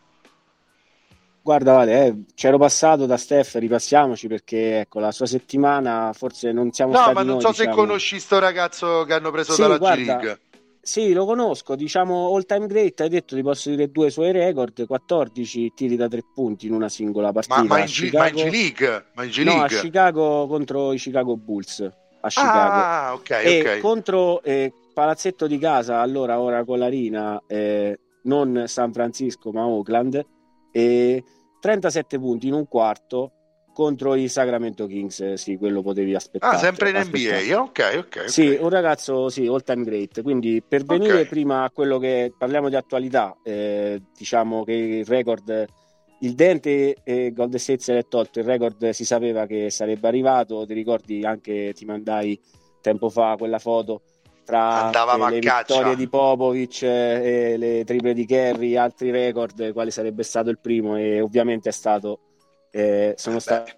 Guarda, Vale, c'ero passato da Steph, ripassiamoci perché ecco, la sua settimana forse non siamo No, ma stati non noi, so se diciamo. conosci sto ragazzo che hanno preso Sì, dalla G guarda, League. sì, lo conosco, diciamo all time great, hai detto, ti posso dire due suoi record, 14 tiri da tre punti in una singola Ma partita a ma in G Chicago, League? Ma in G no, a League? Chicago contro i Chicago Bulls, a Chicago, Ah, ok, ok. e contro Palazzetto di casa, allora ora con la Rina, non San Francisco ma Oakland, e 37 punti in un quarto contro i Sacramento Kings. Sì, quello potevi aspettare. Sempre in NBA, ok. Sì, un ragazzo, sì, all time great. Quindi per venire prima a quello che parliamo di attualità, diciamo che il record, il dente Golden State se l'è tolto, il record si sapeva che sarebbe arrivato. Ti ricordi anche, ti mandai tempo fa quella foto tra le vittorie di Popovic e le triple di Curry, altri record, quale sarebbe stato il primo, e ovviamente è stato sono stati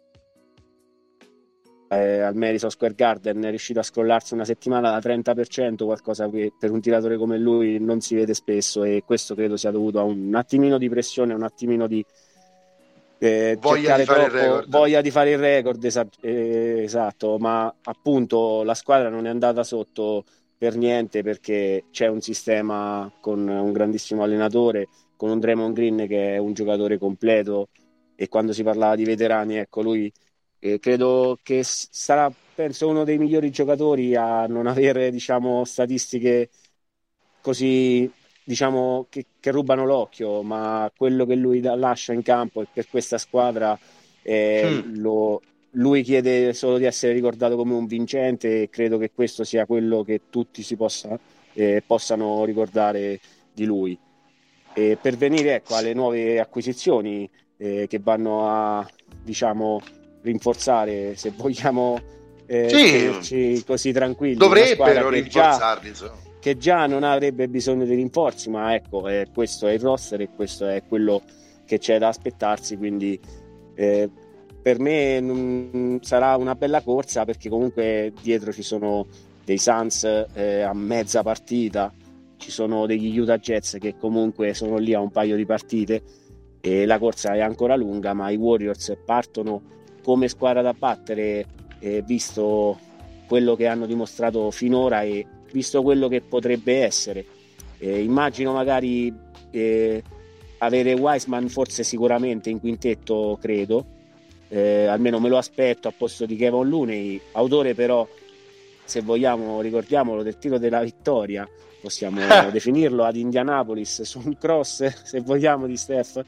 al Madison Square Garden, è riuscito a scrollarsi una settimana da 30%, qualcosa che per un tiratore come lui non si vede spesso, e questo credo sia dovuto a un attimino di pressione, un attimino di voglia di fare il record, esatto, ma appunto la squadra non è andata sotto per niente, perché c'è un sistema con un grandissimo allenatore, con un Draymond Green che è un giocatore completo, e quando si parlava di veterani, ecco, lui credo che sarà, penso, uno dei migliori giocatori a non avere, diciamo, statistiche così, diciamo, che rubano l'occhio, ma quello che lui lascia in campo, e per questa squadra lui chiede solo di essere ricordato come un vincente, e credo che questo sia quello che tutti possano ricordare di lui. E per venire, ecco, alle nuove acquisizioni che vanno a, diciamo, rinforzare, se vogliamo tenerci così tranquilli, dovrebbero rinforzarli, che già non avrebbe bisogno di rinforzi, ma ecco, questo è il roster e questo è quello che c'è da aspettarsi, quindi per me sarà una bella corsa, perché comunque dietro ci sono dei Suns a mezza partita, ci sono degli Utah Jazz che comunque sono lì a un paio di partite, e la corsa è ancora lunga, ma i Warriors partono come squadra da battere, visto quello che hanno dimostrato finora e visto quello che potrebbe essere. Immagino magari avere Wiseman, forse sicuramente in quintetto, credo, almeno me lo aspetto, a posto di Kevon Looney, autore però, se vogliamo, ricordiamolo, del tiro della vittoria, possiamo definirlo, ad Indianapolis, su un cross, se vogliamo, di Steph.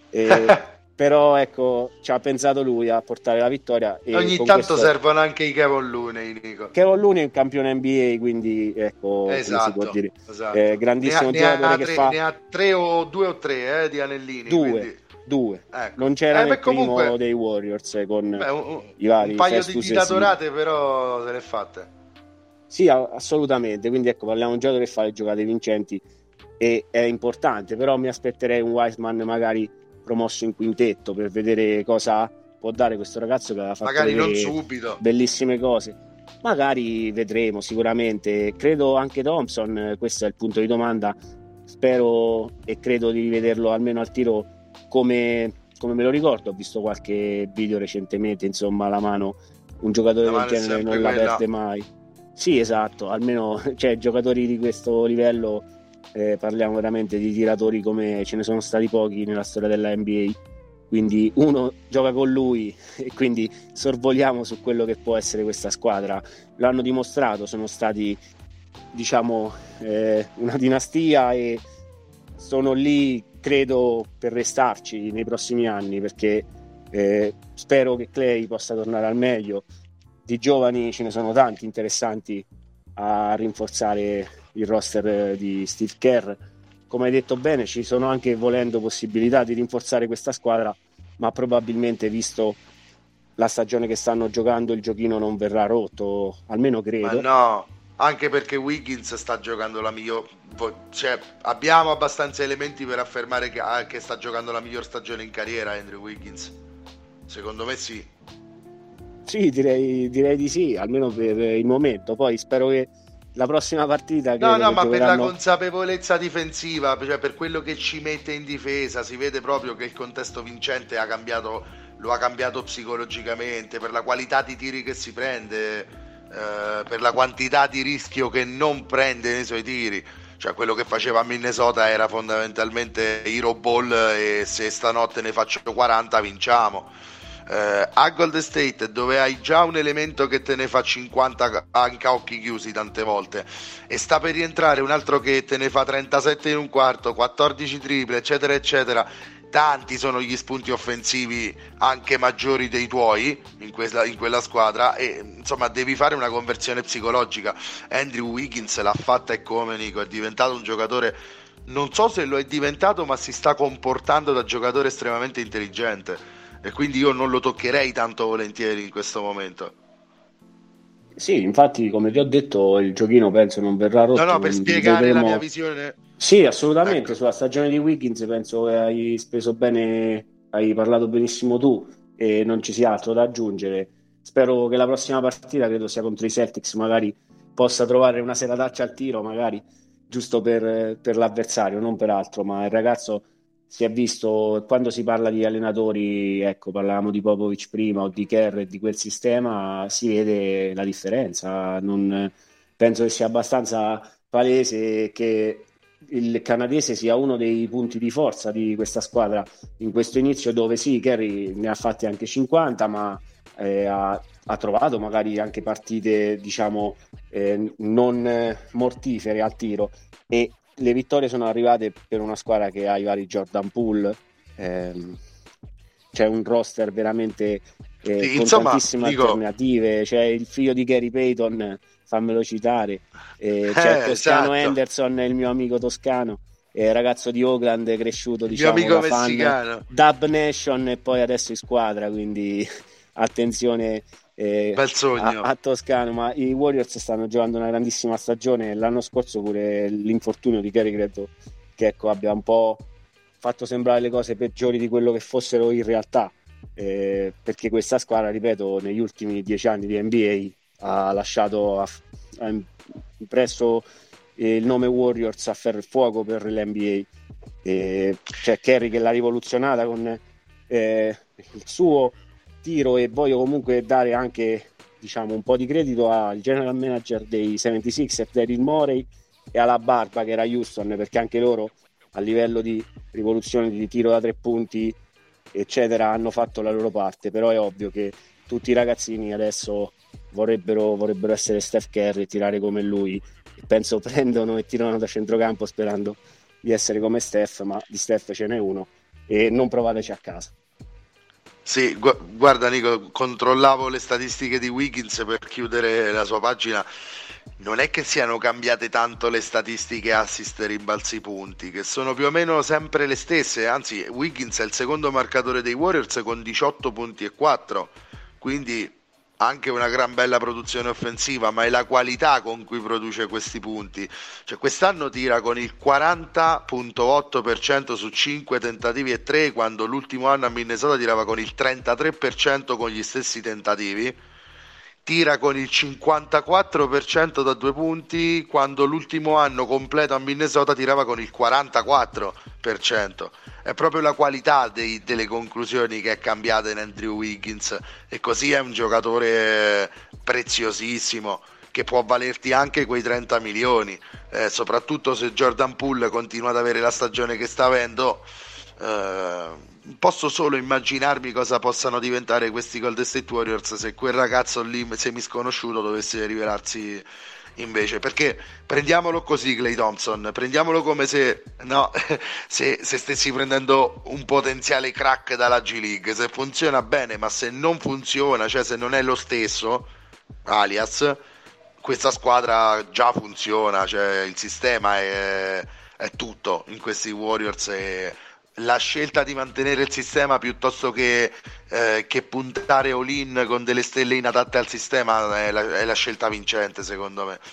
Però ecco, ci ha pensato lui a portare la vittoria, e ogni tanto servono anche i Kevon Looney, Nico. Kevon Looney è un campione NBA, quindi ecco, esatto, come si può dire, esatto. Grandissimo giocatore, che fa ne ha 3 o 2 o 3 di anellini, due. Ecco. Non c'era nel comunque, primo dei Warriors, con i vari un paio Festus di ditatorate, però se l'è fatte. Sì, assolutamente, quindi ecco, parliamo di un giocatore che fa le giocate vincenti e è importante, però mi aspetterei un Wiseman magari promosso in quintetto, per vedere cosa può dare questo ragazzo, che aveva fatto magari non subito bellissime cose. Magari vedremo, sicuramente. Credo anche Thompson, questo è il punto di domanda, spero e credo di rivederlo almeno al tiro come me lo ricordo. Ho visto qualche video recentemente, insomma, la mano, un giocatore del genere non la perde mai. Sì, esatto, almeno, cioè, giocatori di questo livello, parliamo veramente di tiratori come ce ne sono stati pochi nella storia della NBA, quindi uno gioca con lui e quindi sorvoliamo su quello che può essere questa squadra. Lo hanno dimostrato, sono stati, diciamo, una dinastia, e sono lì, credo, per restarci nei prossimi anni, perché spero che Clay possa tornare al meglio. Di giovani ce ne sono tanti interessanti a rinforzare il roster di Steve Kerr. Come hai detto bene, ci sono anche, volendo, possibilità di rinforzare questa squadra, ma probabilmente, visto la stagione che stanno giocando, il giochino non verrà rotto, almeno credo. Ma no, anche perché Wiggins sta giocando la miglior, cioè abbiamo abbastanza elementi per affermare che sta giocando la miglior stagione in carriera Andrew Wiggins. Secondo me sì. Sì, direi di sì, almeno per il momento. Poi spero che la prossima partita ma per la consapevolezza difensiva, cioè per quello che ci mette in difesa, si vede proprio che il contesto vincente lo ha cambiato psicologicamente, per la qualità di tiri che si prende, per la quantità di rischio che non prende nei suoi tiri. Cioè, quello che faceva a Minnesota era fondamentalmente hero ball, e se stanotte ne faccio 40 vinciamo. A Golden State, dove hai già un elemento che te ne fa 50 anche a occhi chiusi tante volte, e sta per rientrare un altro che te ne fa 37 in un quarto, 14 triple, eccetera eccetera, tanti sono gli spunti offensivi anche maggiori dei tuoi in quella squadra, e insomma devi fare una conversione psicologica. Andrew Wiggins l'ha fatta, e come, Nico, è diventato un giocatore, non so se lo è diventato, ma si sta comportando da giocatore estremamente intelligente, e quindi io non lo toccherei tanto volentieri in questo momento. Sì, infatti, come ti ho detto, il giochino penso non verrà No, rotto, no, per spiegare la mia vedremo. visione. Sì, assolutamente, Ecco. sulla stagione di Wiggins penso che hai speso bene, hai parlato benissimo tu e non ci sia altro da aggiungere. Spero che la prossima partita, credo sia contro i Celtics, magari possa trovare una serataccia al tiro, magari giusto per l'avversario, non per altro, ma il ragazzo si è visto, quando si parla di allenatori, ecco, parlavamo di Popovic prima o di Kerr e di quel sistema, si vede la differenza. Penso che sia abbastanza palese che il canadese sia uno dei punti di forza di questa squadra in questo inizio, dove sì, Kerry ne ha fatti anche 50, ma ha trovato magari anche partite, diciamo, non mortifere al tiro, e le vittorie sono arrivate per una squadra che ha i vari Jordan Poole. ehm, C'è un roster veramente Sì, con insomma, tantissime dico, alternative. C'è il figlio di Gary Payton, fammelo citare, c'è Toscano esatto, Henderson, il mio amico toscano, ragazzo di Oakland, cresciuto il mio diciamo amico da fan messicano, Dub Nation e poi adesso in squadra, quindi attenzione bel sogno. a Toscano. Ma i Warriors stanno giocando una grandissima stagione. L'anno scorso pure l'infortunio di Kerry credo che, ecco, abbia un po' fatto sembrare le cose peggiori di quello che fossero in realtà, perché questa squadra, ripeto, negli ultimi 10 anni di NBA ha lasciato, ha impresso il nome Warriors a ferro e fuoco per l'NBA. C'è Kerry che l'ha rivoluzionata con il suo tiro, e voglio comunque dare anche, diciamo, un po' di credito al general manager dei 76ers, Daryl Morey, e alla Barba, che era Houston, perché anche loro a livello di rivoluzione di tiro da 3 punti eccetera hanno fatto la loro parte. Però è ovvio che tutti i ragazzini adesso vorrebbero essere Steph Curry e tirare come lui, e penso prendono e tirano da centrocampo sperando di essere come Steph, ma di Steph ce n'è uno e non provateci a casa. Sì, guarda Nico, controllavo le statistiche di Wiggins per chiudere la sua pagina. Non è che siano cambiate tanto le statistiche assist, rimbalzi, punti, che sono più o meno sempre le stesse. Anzi, Wiggins è il secondo marcatore dei Warriors con 18 punti e 4, quindi anche una gran bella produzione offensiva, ma è la qualità con cui produce questi punti. Cioè, quest'anno tira con il 40,8% su 5 tentativi e 3, quando l'ultimo anno a Minnesota tirava con il 33% con gli stessi tentativi. Tira con il 54% da 2 punti, quando l'ultimo anno completo a Minnesota tirava con il 44%. È proprio la qualità delle conclusioni che è cambiata in Andrew Wiggins, e così è un giocatore preziosissimo che può valerti anche quei 30 milioni, soprattutto se Jordan Poole continua ad avere la stagione che sta avendo. Posso solo immaginarmi cosa possano diventare questi Golden State Warriors se quel ragazzo lì semi sconosciuto dovesse rivelarsi invece. Perché prendiamolo così, Clay Thompson, prendiamolo come se, no, se stessi prendendo un potenziale crack dalla G League. Se funziona bene, ma se non funziona, cioè se non è lo stesso, alias, questa squadra già funziona, cioè il sistema è tutto in questi Warriors, e la scelta di mantenere il sistema piuttosto che puntare all-in con delle stelle inadatte al sistema è la scelta vincente, secondo me.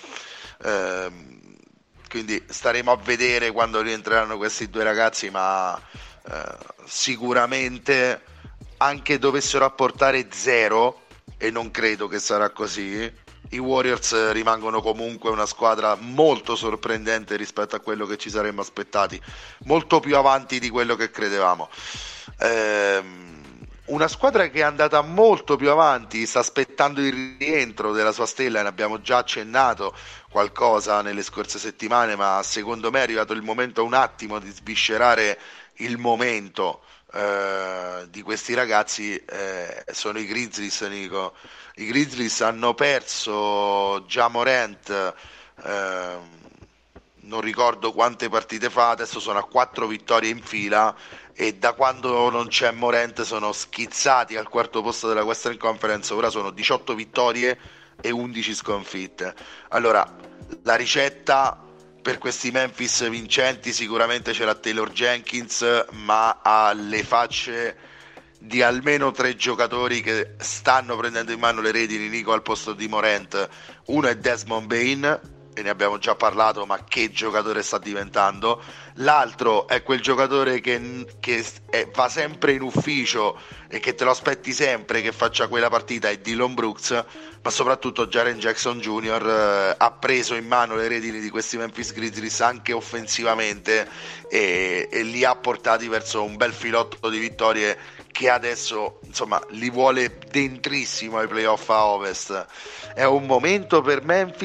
Quindi staremo a vedere quando rientreranno questi due ragazzi, ma sicuramente, anche dovessero apportare zero, e non credo che sarà così, i Warriors rimangono comunque una squadra molto sorprendente rispetto a quello che ci saremmo aspettati, molto più avanti di quello che credevamo. Una squadra che è andata molto più avanti, sta aspettando il rientro della sua stella, ne abbiamo già accennato qualcosa nelle scorse settimane, ma secondo me è arrivato il momento un attimo di sviscerare il momento di questi ragazzi. Sono i Grizzlies, Nico. I Grizzlies hanno perso Ja Morant, non ricordo quante partite fa, adesso sono a 4 vittorie in fila e da quando non c'è Morant sono schizzati al quarto posto della Western Conference, ora sono 18 vittorie e 11 sconfitte. Allora, la ricetta per questi Memphis vincenti sicuramente c'era Taylor Jenkins, ma ha le facce di almeno 3 giocatori che stanno prendendo in mano le redini, Nico, al posto di Morant. Uno è Desmond Bain, e ne abbiamo già parlato, ma che giocatore sta diventando. L'altro è quel giocatore che va sempre in ufficio e che te lo aspetti sempre che faccia quella partita, è Dillon Brooks, ma soprattutto Jaren Jackson Jr. Ha preso in mano le redini di questi Memphis Grizzlies anche offensivamente e li ha portati verso un bel filotto di vittorie che adesso insomma li vuole dentrissimo ai playoff a Ovest. È un momento per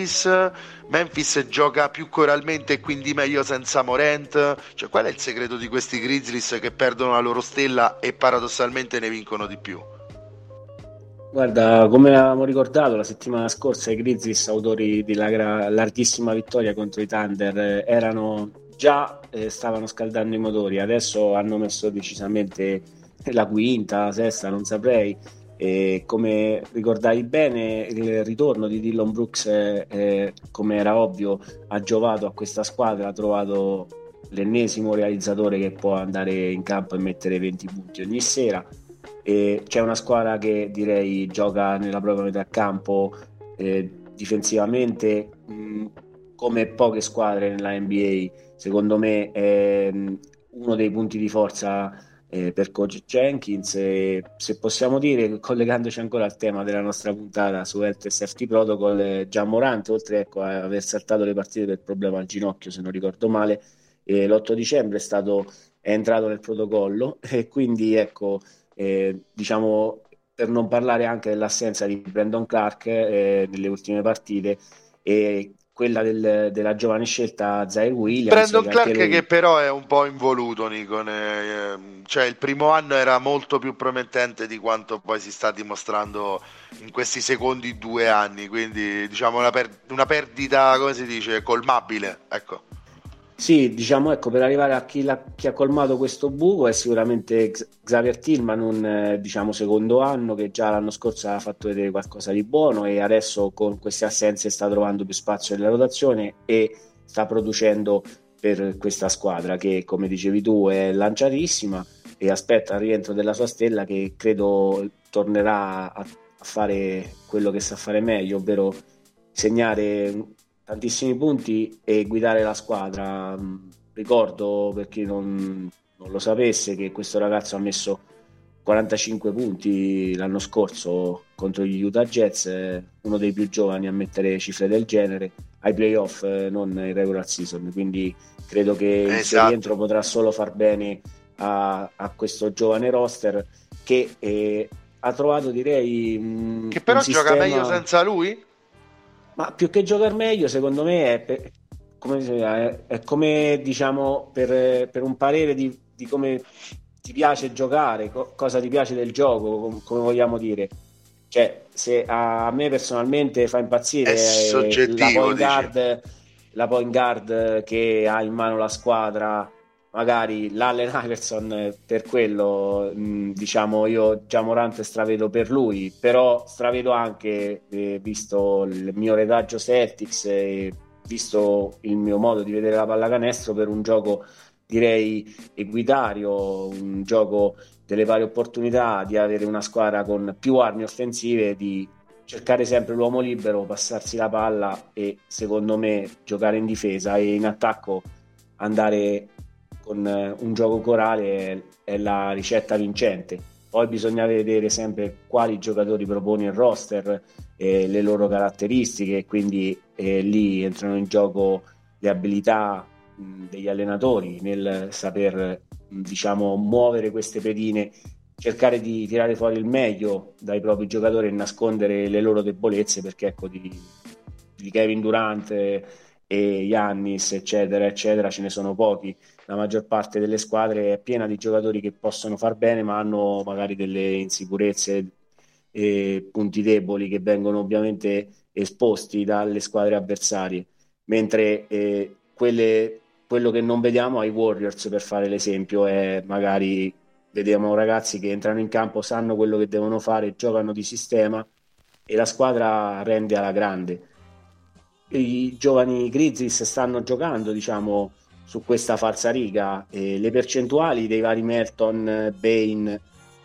Memphis gioca più coralmente e quindi meglio senza Morant. Cioè, qual è il segreto di questi Grizzlies che perdono la loro stella e paradossalmente ne vincono di più? Guarda, come avevamo ricordato la settimana scorsa, i Grizzlies, autori della larghissima vittoria contro i Thunder, erano già, stavano scaldando i motori, adesso hanno messo decisamente la quinta, la sesta, non saprei. E come ricordavi bene, il ritorno di Dillon Brooks, come era ovvio, ha giovato a questa squadra, ha trovato l'ennesimo realizzatore che può andare in campo e mettere 20 punti ogni sera. E c'è una squadra che direi gioca nella propria metà campo, difensivamente, come poche squadre nella NBA. Secondo me è uno dei punti di forza per coach Jenkins, e se possiamo dire, collegandoci ancora al tema della nostra puntata su Health e Safety Protocol, Gian Morant, oltre ecco, a aver saltato le partite per problema al ginocchio, se non ricordo male, l'8 dicembre è entrato nel protocollo e quindi ecco, diciamo, per non parlare anche dell'assenza di Brandon Clark nelle ultime partite, e quella della giovane scelta Zaire Williams, Brandon che anche Clark che lui. però è un po' involuto, Nico, cioè il primo anno era molto più promettente di quanto poi si sta dimostrando in questi secondi 2 anni, quindi diciamo una perdita, come si dice, colmabile, ecco. Sì, diciamo, ecco, per arrivare a chi ha colmato questo buco è sicuramente Xavier Tillman, un diciamo secondo anno che già l'anno scorso aveva fatto vedere qualcosa di buono e adesso con queste assenze sta trovando più spazio nella rotazione e sta producendo per questa squadra che, come dicevi tu, è lanciatissima e aspetta il rientro della sua stella, che credo tornerà a fare quello che sa fare meglio, ovvero segnare tantissimi punti e guidare la squadra. Ricordo, per chi non lo sapesse, che questo ragazzo ha messo 45 punti l'anno scorso contro gli Utah Jazz, uno dei più giovani a mettere cifre del genere ai playoff, non in regular season, quindi credo che il suo rientro Esatto. potrà solo far bene a questo giovane roster che ha trovato, direi, Che un però gioca meglio sistema. senza lui? Ma più che giocare meglio, secondo me è come, diciamo, per un parere di come ti piace giocare, cosa ti piace del gioco, come vogliamo dire. Cioè, se a me personalmente fa È impazzire soggettivo, dici. la point guard che ha in mano la squadra, magari l'Allen Iverson, per quello, diciamo, io già Morante stravedo per lui, però stravedo anche, visto il mio retaggio Celtics e visto il mio modo di vedere la pallacanestro, per un gioco direi equitario, un gioco delle pari opportunità, di avere una squadra con più armi offensive, di cercare sempre l'uomo libero, passarsi la palla e secondo me giocare in difesa e in attacco andare con un gioco corale è la ricetta vincente. Poi bisogna vedere sempre quali giocatori propone il roster, le loro caratteristiche, quindi lì entrano in gioco le abilità degli allenatori nel saper, diciamo, muovere queste pedine, cercare di tirare fuori il meglio dai propri giocatori e nascondere le loro debolezze, perché ecco, di Kevin Durant e Giannis, eccetera, eccetera, ce ne sono pochi. La maggior parte delle squadre è piena di giocatori che possono far bene, ma hanno magari delle insicurezze e punti deboli che vengono ovviamente esposti dalle squadre avversarie. Mentre quello che non vediamo ai Warriors, per fare l'esempio, è magari vediamo ragazzi che entrano in campo, sanno quello che devono fare, giocano di sistema e la squadra rende alla grande. I giovani Grizzlies stanno giocando, diciamo, su questa falsariga, e le percentuali dei vari Melton, Bane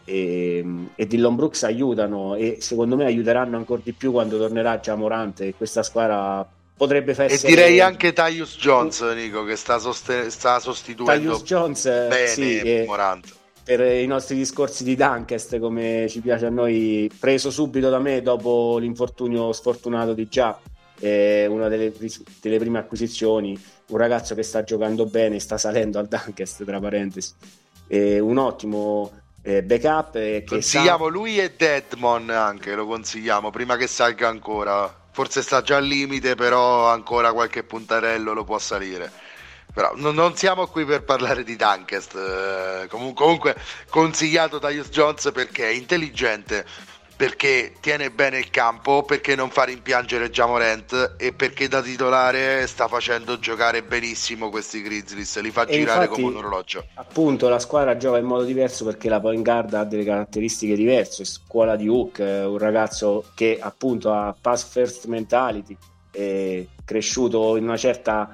e Dillon Brooks aiutano, e secondo me aiuteranno ancora di più quando tornerà già Morant, e questa squadra potrebbe E essere... direi anche Tyus Jones, Nico, che sta sostituendo Tyus Jones, sì, bene Morant. per i nostri discorsi di Dunkest, come ci piace a noi, preso subito da me dopo l'infortunio sfortunato di già, una delle prime acquisizioni, un ragazzo che sta giocando bene, sta salendo al Dunkest, tra parentesi, un ottimo backup, Consigliamo lui e Deadmon, anche lo consigliamo prima che salga ancora, forse sta già al limite, però ancora qualche puntarello lo può salire. Però non siamo qui per parlare di Dunkest, comunque consigliato Tyus Jones perché è intelligente, perché tiene bene il campo, perché non fa rimpiangere Ja Morant e perché da titolare sta facendo giocare benissimo questi Grizzlies, li fa e girare infatti, come un orologio. appunto, la squadra gioca in modo diverso perché la point guard ha delle caratteristiche diverse. Scuola di Hook, un ragazzo che appunto ha pass first mentality, è cresciuto in una certa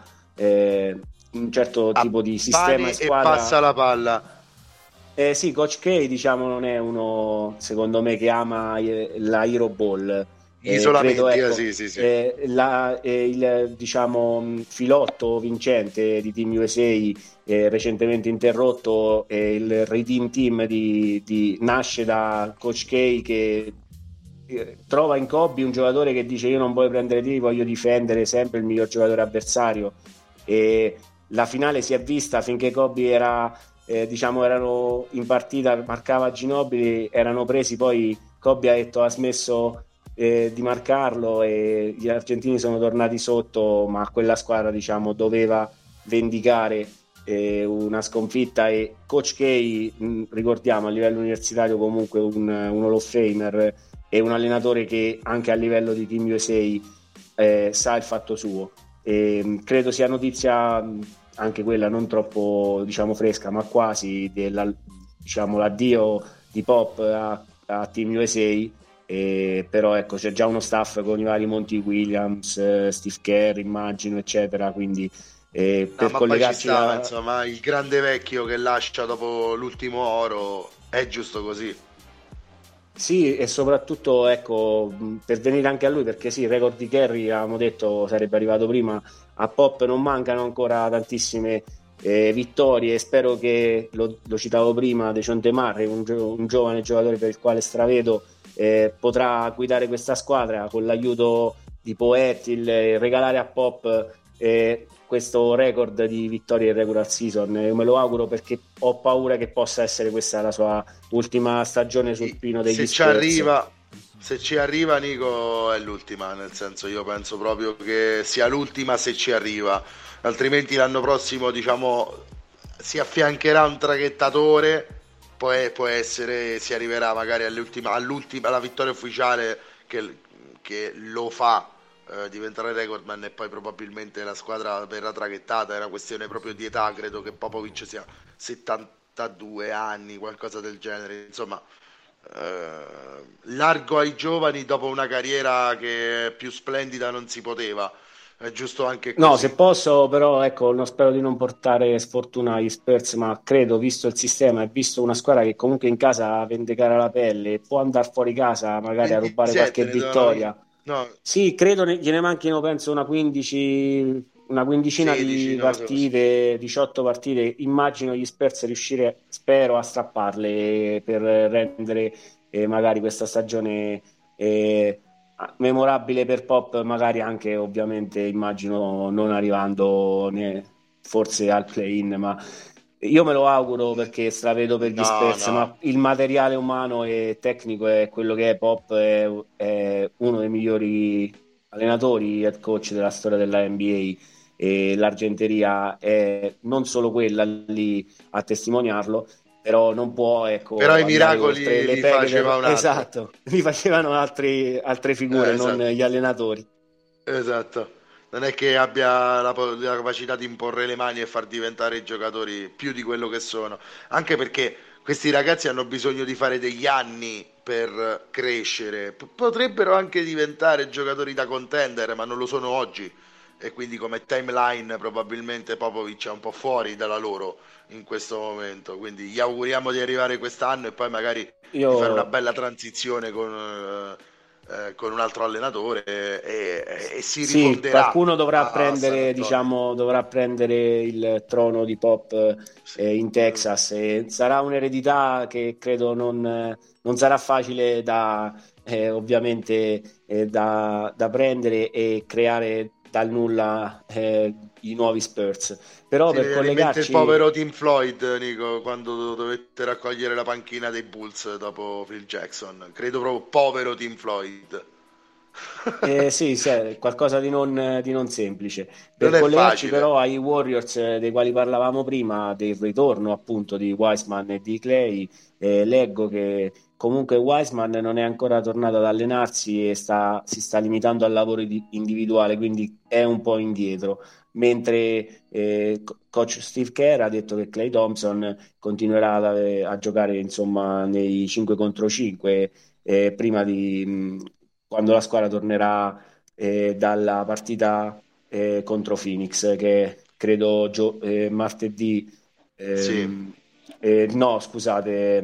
un certo tipo di sistema e E squadra. passa la palla. Sì, Coach K, diciamo, non è uno, secondo me, che ama la Hero Ball. Gli isolamenti, Credo, ecco, sì. il, diciamo, filotto vincente di Team USA, recentemente interrotto, il Redeem Team nasce da Coach K, che trova in Kobe un giocatore che dice: io non voglio prendere tiri, voglio difendere sempre il miglior giocatore avversario. E la finale si è vista finché Kobe era... diciamo, erano in partita, marcava Ginobili, erano presi, poi Kobe ha smesso di marcarlo e gli argentini sono tornati sotto, ma quella squadra, diciamo, doveva vendicare una sconfitta, e Coach K, ricordiamo, a livello universitario comunque un Hall of Famer e un allenatore che anche a livello di Team USA sa il fatto suo. Credo sia notizia anche quella non troppo, diciamo, fresca, ma quasi, diciamo, l'addio di Pop a Team USA. Però ecco, c'è già uno staff con i vari Monty Williams, Steve Kerr, immagino, eccetera, quindi per Ma poi ci collegarci stava, insomma, il grande vecchio che lascia dopo l'ultimo oro, è giusto così. Sì, e soprattutto, ecco, per venire anche a lui, perché sì, il record di Kerry, avevamo detto, sarebbe arrivato prima. A Pop non mancano ancora tantissime vittorie, e spero che, lo citavo prima, Dejounte Murray, un giovane giocatore per il quale stravedo, potrà guidare questa squadra con l'aiuto di Poetil, regalare a Pop questo record di vittorie in regular season. Io me lo auguro, perché ho paura che possa essere questa la sua ultima stagione sul pino degli Spurs. Se ci arriva Nico è l'ultima, nel senso, io penso proprio che sia l'ultima se ci arriva, altrimenti l'anno prossimo, diciamo, si affiancherà un traghettatore, poi può essere, si arriverà magari all'ultima alla vittoria ufficiale che lo fa diventare recordman, e poi probabilmente la squadra verrà traghettata. È una questione proprio di età, credo che Popovic sia 72 anni, qualcosa del genere, insomma. Largo ai giovani dopo una carriera che più splendida non si poteva, è giusto anche No, così. se posso, però, ecco, non spero di non portare sfortuna agli Spurs, ma credo, visto il sistema e visto una squadra che comunque in casa vende cara la pelle, può andare fuori casa magari a rubare qualche 27 ne devono vittoria. no, Sì, credo gliene manchino, penso, una quindicina 16, di non lo so. partite, 18 partite. Immagino gli Spurs riuscire, spero, a strapparle per rendere magari questa stagione eh, memorabile per Pop, magari anche, ovviamente, immagino, non arrivando forse al play-in, ma io me lo auguro, perché stravedo per gli No, Spurs, no. ma il materiale umano e tecnico è quello che è. Pop è uno dei migliori allenatori, head coach della storia della NBA, e l'Argenteria è non solo quella lì a testimoniarlo, però non può, Però ecco, i andare oltre miracoli le li peghe faceva un altro. esatto, li facevano altre figure, non Esatto. gli allenatori. Esatto. non è che abbia la capacità di imporre le mani e far diventare i giocatori più di quello che sono, anche perché questi ragazzi hanno bisogno di fare degli anni per crescere. Potrebbero anche diventare giocatori da contender, ma non lo sono oggi. E quindi come timeline probabilmente Popovic è un po' fuori dalla loro in questo momento. Quindi gli auguriamo di arrivare quest'anno e poi magari Io di fare una bella transizione con un altro allenatore e si Sì, rifonderà qualcuno dovrà a San prendere, Antonio. diciamo, dovrà prendere il trono di Pop in Texas e sarà un'eredità che credo non sarà facile ovviamente, da prendere e creare dal nulla i nuovi Spurs. Però Sì, mi per viene in mente il collegarci. povero Tim Floyd, Nico, quando dovette raccogliere la panchina dei Bulls dopo Phil Jackson. Credo proprio povero Tim Floyd. Sì, sì, è qualcosa di non semplice. Per Non è collegarci facile. però ai Warriors dei quali parlavamo prima, del ritorno appunto di Wiseman e di Clay, leggo che comunque Wiseman non è ancora tornato ad allenarsi e si sta limitando al lavoro individuale, quindi è un po' indietro. Mentre coach Steve Kerr ha detto che Clay Thompson continuerà a giocare insomma nei 5 contro 5 prima quando la squadra tornerà dalla partita contro Phoenix, che credo martedì. Sì. ehm, no, scusate,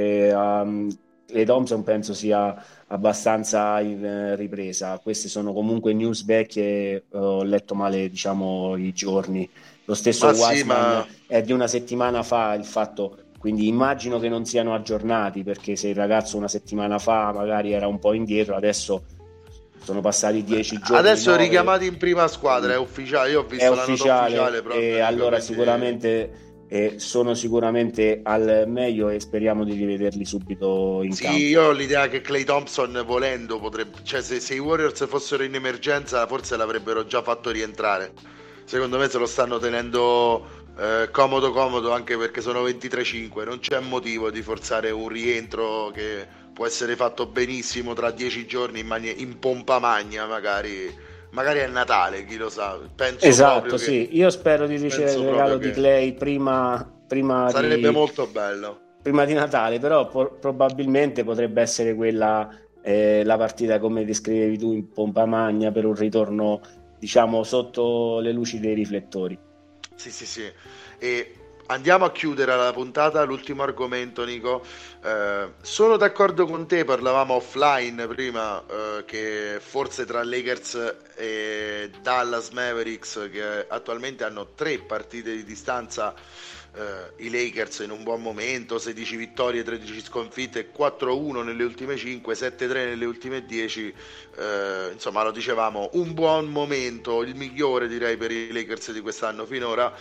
le Thompson penso sia abbastanza in ripresa. Queste sono comunque news vecchie, ho letto male, diciamo, i giorni. Lo stesso Ma sì, Wiseman ma è di una settimana fa il fatto, quindi immagino che non siano aggiornati, perché se il ragazzo una settimana fa magari era un po' indietro, adesso sono passati 10 giorni, adesso 9, richiamati in prima squadra, è ufficiale. Io ho è visto la nota ufficiale ufficiale proprio, e Nico, allora quindi sicuramente sono sicuramente al meglio e speriamo di rivederli subito in sì, campo. io ho l'idea che Clay Thompson volendo potrebbe, cioè se i Warriors fossero in emergenza forse l'avrebbero già fatto rientrare. Secondo me se lo stanno tenendo comodo comodo anche perché sono 23-5, non c'è motivo di forzare un rientro che può essere fatto benissimo tra 10 giorni in pompa magna magari è Natale, chi lo sa. Esatto, sì, io spero di ricevere il Penso proprio regalo di che Clay prima sarebbe di, molto bello. prima di Natale, però probabilmente potrebbe essere quella, la partita come descrivevi tu in pompa magna per un ritorno, diciamo, sotto le luci dei riflettori. Sì, sì, sì. E andiamo a chiudere la puntata. L'ultimo argomento, Nico. Sono d'accordo con te, parlavamo offline prima, che forse tra Lakers e Dallas Mavericks, che attualmente hanno 3 partite di distanza, i Lakers in un buon momento, 16 vittorie, 13 sconfitte, 4-1 nelle ultime 5, 7-3 nelle ultime 10. Insomma, lo dicevamo, un buon momento, il migliore direi per i Lakers di quest'anno finora.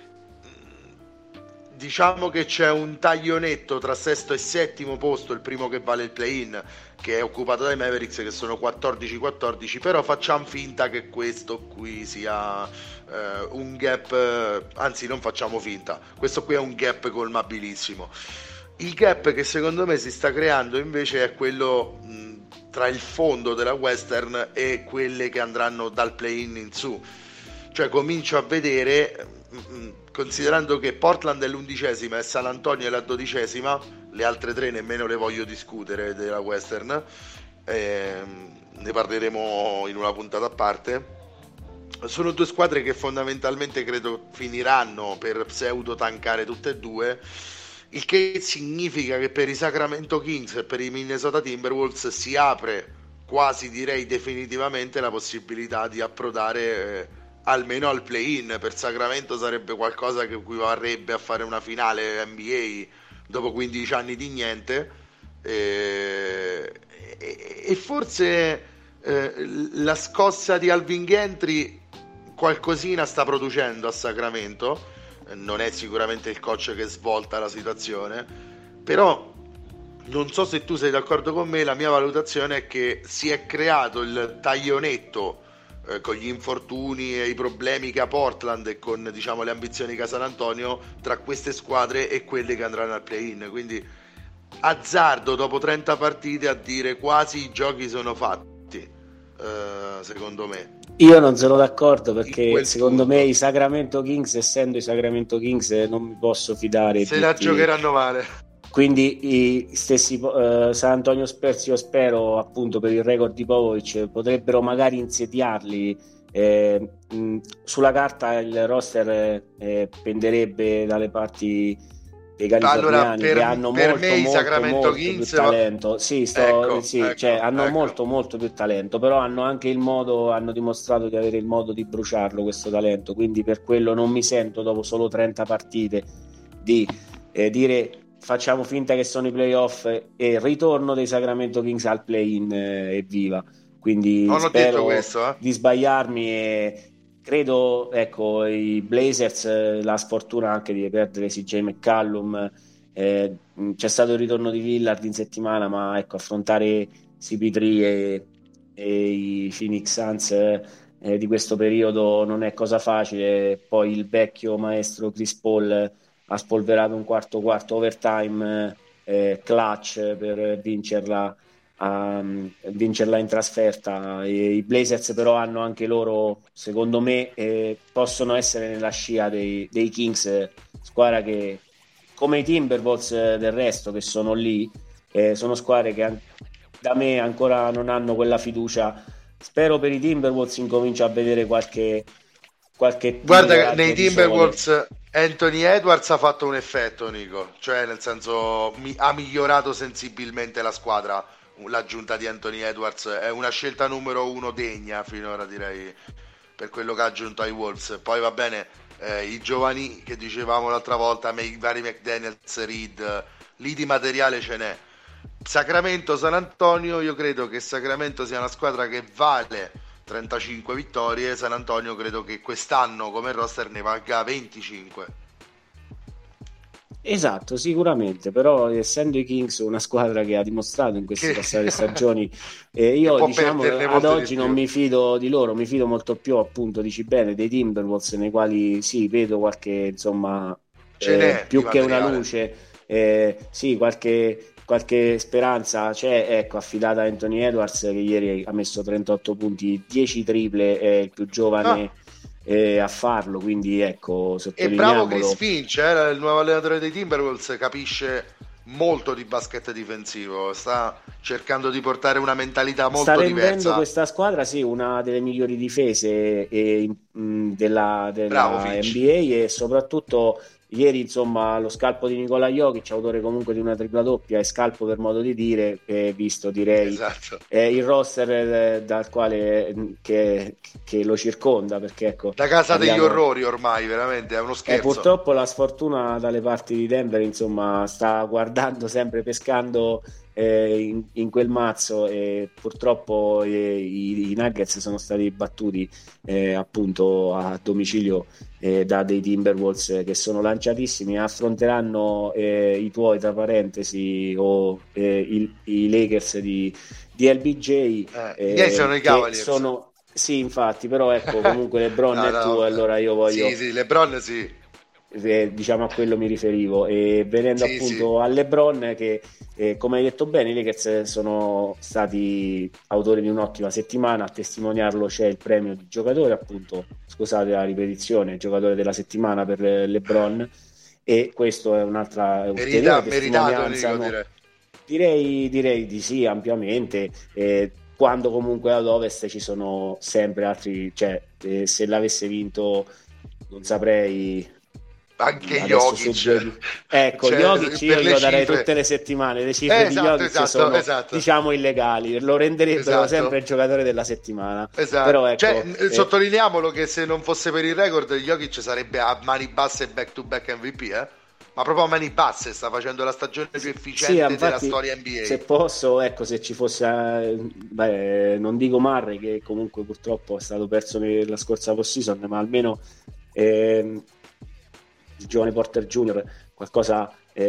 Diciamo che c'è un taglio netto tra sesto e settimo posto, il primo che vale il play-in, che è occupato dai Mavericks, che sono 14-14, però facciamo finta che questo qui sia un gap, anzi non facciamo finta, questo qui è un gap colmabilissimo. Il gap che secondo me si sta creando invece è quello tra il fondo della Western e quelle che andranno dal play-in in su. Cioè comincio a vedere, considerando che Portland è l'11ª e San Antonio è la 12ª, le altre 3 nemmeno le voglio discutere della Western, ne parleremo in una puntata a parte. Sono 2 squadre che fondamentalmente credo finiranno per pseudo tankare tutte e due, il che significa che per i Sacramento Kings e per i Minnesota Timberwolves si apre quasi direi definitivamente la possibilità di approdare almeno al play-in. Per Sacramento sarebbe qualcosa che equivarrebbe a fare una finale NBA dopo 15 anni di niente, e forse la scossa di Alvin Gentry qualcosina sta producendo a Sacramento. Non è sicuramente il coach che svolta la situazione, però non so se tu sei d'accordo con me, la mia valutazione è che si è creato il taglio netto con gli infortuni e i problemi che ha Portland e con diciamo le ambizioni che ha San Antonio tra queste squadre e quelle che andranno al play-in. Quindi azzardo dopo 30 partite a dire quasi i giochi sono fatti. secondo me. Io non sono d'accordo, perché secondo punto me i Sacramento Kings, essendo i Sacramento Kings, non mi posso fidare se la giocheranno male. Quindi i stessi San Antonio Spurs, io spero, appunto, per il record di Popovic, potrebbero magari insediarli. Sulla carta il roster penderebbe dalle parti dei Allora, californiani, che hanno per me i molto Sacramento molto più Kings talento. Sì, cioè, hanno ecco. molto più talento, però hanno anche il modo, hanno dimostrato di avere il modo di bruciarlo questo talento, quindi per quello non mi sento, dopo solo 30 partite, di dire facciamo finta che sono i playoff e ritorno dei Sacramento Kings al play-in, evviva. Quindi Non ho detto spero questo, di sbagliarmi, e credo, ecco, i Blazers, la sfortuna anche di perdere CJ McCallum, c'è stato il ritorno di Lillard in settimana, ma ecco, affrontare CP3 e i Phoenix Suns di questo periodo non è cosa facile. Poi il vecchio maestro Chris Paul ha spolverato un quarto overtime, clutch, per vincerla in trasferta. I Blazers però hanno anche loro, secondo me, possono essere nella scia dei Kings, squadra che, come i Timberwolves, del resto, che sono lì, sono squadre che da me ancora non hanno quella fiducia. Spero per i Timberwolves incomincia a vedere qualche guarda tiro, che nei raggio di sole. Timberwolves Anthony Edwards ha fatto un effetto, Nico, cioè nel senso ha migliorato sensibilmente la squadra. L'aggiunta di Anthony Edwards è una scelta numero uno degna finora, direi, per quello che ha aggiunto ai Wolves. Poi va bene, i giovani che dicevamo l'altra volta, i vari McDaniels, Reed, lì di materiale ce n'è. Sacramento, San Antonio, io credo che Sacramento sia una squadra che vale 35 vittorie. San Antonio credo che quest'anno come roster ne valga 25. Esatto, sicuramente, però essendo i Kings una squadra che ha dimostrato in queste Che, passate stagioni, che io, può diciamo, perderne ad molte di oggi non più. mi fido di loro, mi fido molto più, appunto, dici bene, dei Timberwolves, nei quali sì, vedo qualche, insomma, Ce n'è di più che una materiale. luce, sì, qualche speranza c'è, ecco, affidata a Anthony Edwards, che ieri ha messo 38 punti, 10 triple, è il più Ah, giovane a farlo, quindi ecco, e bravo Chris sottolineiamolo. Finch, il nuovo allenatore dei Timberwolves, capisce molto di basket difensivo, sta cercando di portare una mentalità Sta molto rendendo diversa. questa squadra, sì, una delle migliori difese Bravo della Finch. NBA, e soprattutto ieri, insomma, lo scalpo di Nikola Jokic, autore comunque di una tripla doppia, e scalpo per modo di dire, visto, direi, Esatto. il roster dal quale che lo circonda, perché ecco, Da casa degli parliamo. orrori ormai, veramente, è uno scherzo. Purtroppo la sfortuna dalle parti di Denver, insomma, sta guardando sempre, pescando in quel mazzo, e purtroppo i Nuggets sono stati battuti, appunto, a domicilio, da dei Timberwolves, che sono lanciatissimi. Affronteranno i tuoi, tra parentesi, o i Lakers di LBJ, I miei sono i che Cavaliers. sono. Sì, infatti, però ecco, comunque LeBron No, è tu, no, allora io sì, voglio, sì, LeBron sì. diciamo, a quello mi riferivo. E venendo Sì, sì. appunto a LeBron, che come hai detto bene, i Lakers sono stati autori di un'ottima settimana. A testimoniarlo c'è il premio di giocatore, appunto, scusate la ripetizione, giocatore della settimana per LeBron, e questo è un'altra ulteriore Meritato, testimonianza, Nico, no? direi. Direi di sì, ampiamente. Quando comunque ad Ovest ci sono sempre altri, cioè, se l'avesse vinto non saprei Anche adesso su due. Jokic, Ecco, cioè, Jokic io per le glielo darei cifre. tutte le settimane. Le cifre di Esatto, Jokic esatto, sono, esatto, diciamo, illegali, lo renderebbero esatto. sempre il giocatore della settimana. Esatto, Però cioè ecco, sottolineiamolo che se non fosse per il record Jokic sarebbe a mani basse back to back MVP, ma proprio a mani basse, sta facendo la stagione più sì, efficiente della infatti, storia se NBA. posso, ecco, se ci fosse, beh, non dico Murray, che comunque purtroppo è stato perso nella scorsa post-season, ma almeno ehm, il giovane Porter Junior qualcosa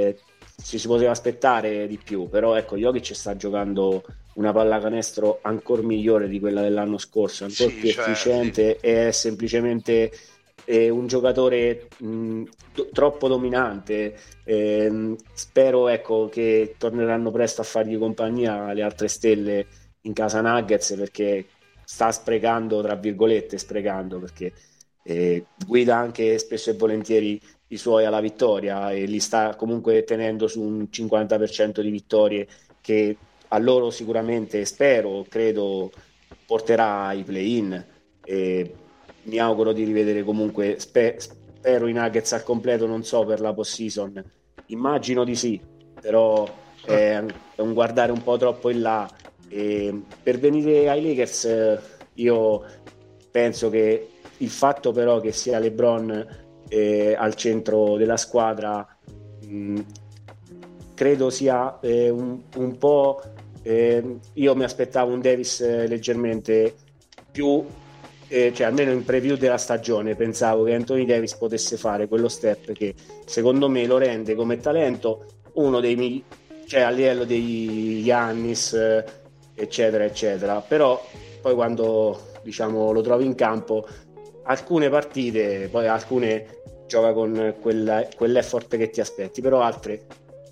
ci si poteva aspettare di più. Però ecco, Jokic sta giocando una pallacanestro ancora migliore di quella dell'anno scorso, ancora Sì, più cioè, sì. efficiente, e è semplicemente un giocatore troppo dominante. Spero, ecco, che torneranno presto a fargli compagnia le altre stelle in casa Nuggets, perché sta sprecando, tra virgolette, perché guida anche spesso e volentieri i suoi alla vittoria e li sta comunque tenendo su un 50% di vittorie che a loro sicuramente, credo, porterà ai play-in. E mi auguro di rivedere comunque, spero i Nuggets al completo, non so per la post-season, immagino di sì, però è un guardare un po' troppo in là. E per venire ai Lakers, io penso che il fatto però che sia LeBron al centro della squadra, credo sia un po', io mi aspettavo un Davis leggermente più, cioè almeno in preview della stagione pensavo che Anthony Davis potesse fare quello step che secondo me lo rende come talento uno dei cioè a livello dei Giannis, eccetera eccetera, però poi quando diciamo lo trovi in campo alcune partite, poi alcune gioca con quell'effort che ti aspetti, però altre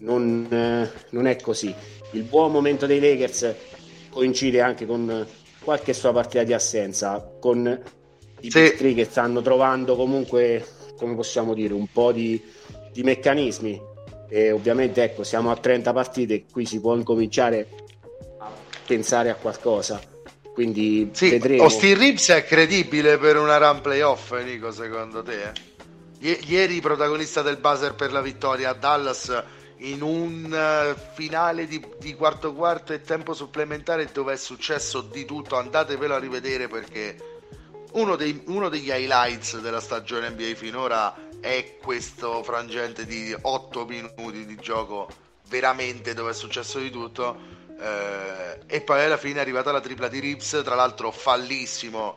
non è così. Il buon momento dei Lakers coincide anche con qualche sua partita di assenza, con i Big Three che stanno trovando comunque, come possiamo dire, un po' di meccanismi. E ovviamente ecco, siamo a 30 partite, qui si può incominciare a pensare a qualcosa, quindi vedremo. Austin Reeves è credibile per una run playoff, Nico, secondo te? Ieri protagonista del buzzer per la vittoria a Dallas in un finale di quarto e tempo supplementare dove è successo di tutto. Andatevelo a rivedere perché uno degli highlights della stagione NBA finora è questo frangente di 8 minuti di gioco veramente dove è successo di tutto. E poi alla fine è arrivata la tripla di Reeves, tra l'altro fallissimo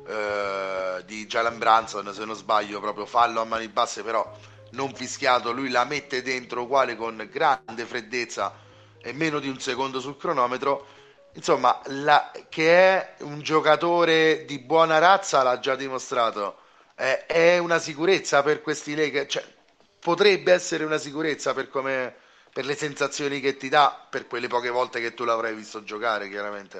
di Jalen Brunson, se non sbaglio, proprio fallo a mani basse, però non fischiato, lui la mette dentro uguale con grande freddezza e meno di un secondo sul cronometro. Insomma, che è un giocatore di buona razza l'ha già dimostrato. È una sicurezza per questi Lakers, cioè, potrebbe essere una sicurezza per le sensazioni che ti dà, per quelle poche volte che tu l'avrai visto giocare, chiaramente.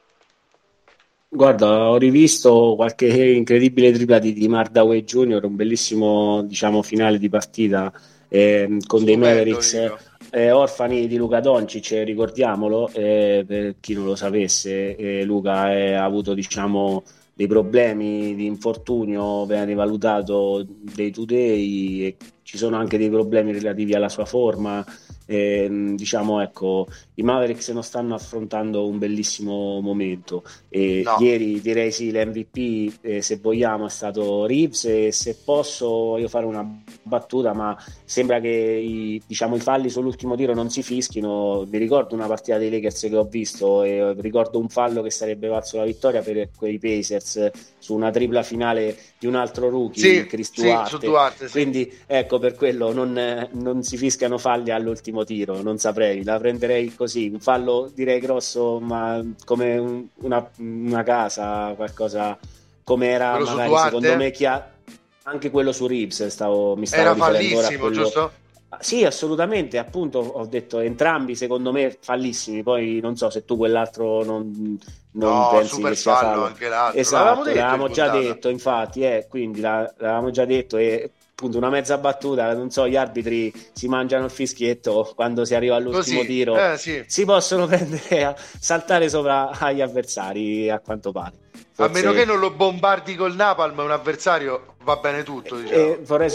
Guarda, ho rivisto qualche incredibile tripla di Hardaway Jr., un bellissimo, diciamo, finale di partita con dei Mavericks orfani di Luka Doncic, ricordiamolo, per chi non lo sapesse, Luka ha avuto, diciamo, dei problemi di infortunio, viene valutato day to day e ci sono anche dei problemi relativi alla sua forma. Diciamo, ecco, i Mavericks non stanno affrontando un bellissimo momento e No. ieri direi sì, l'MVP se vogliamo è stato Reeves e se posso voglio fare una battuta, ma sembra che i falli sull'ultimo tiro non si fischino. Mi ricordo una partita dei Lakers che ho visto e ricordo un fallo che sarebbe valso la vittoria per quei Pacers su una tripla finale di un altro rookie, Chris Duarte. Quindi ecco, per quello non si fischiano falli all'ultimo tiro, non saprei, la prenderei così, un fallo direi grosso, ma come una casa, qualcosa come era quello magari secondo me anche quello su Reeves mi stavo era fallissimo, ora a quello... giusto? Sì, assolutamente, appunto ho detto entrambi secondo me fallissimi, poi non so se tu quell'altro non pensi super che sia fallo. anche l'altro. Esatto, l'avevamo già detto, infatti, quindi l'avevamo già detto e appunto una mezza battuta, non so, gli arbitri si mangiano il fischietto quando si arriva all'ultimo tiro, si possono prendere a saltare sopra agli avversari, a quanto pare. Forse... a meno che non lo bombardi col napalm un avversario, va bene tutto, diciamo. Vorrei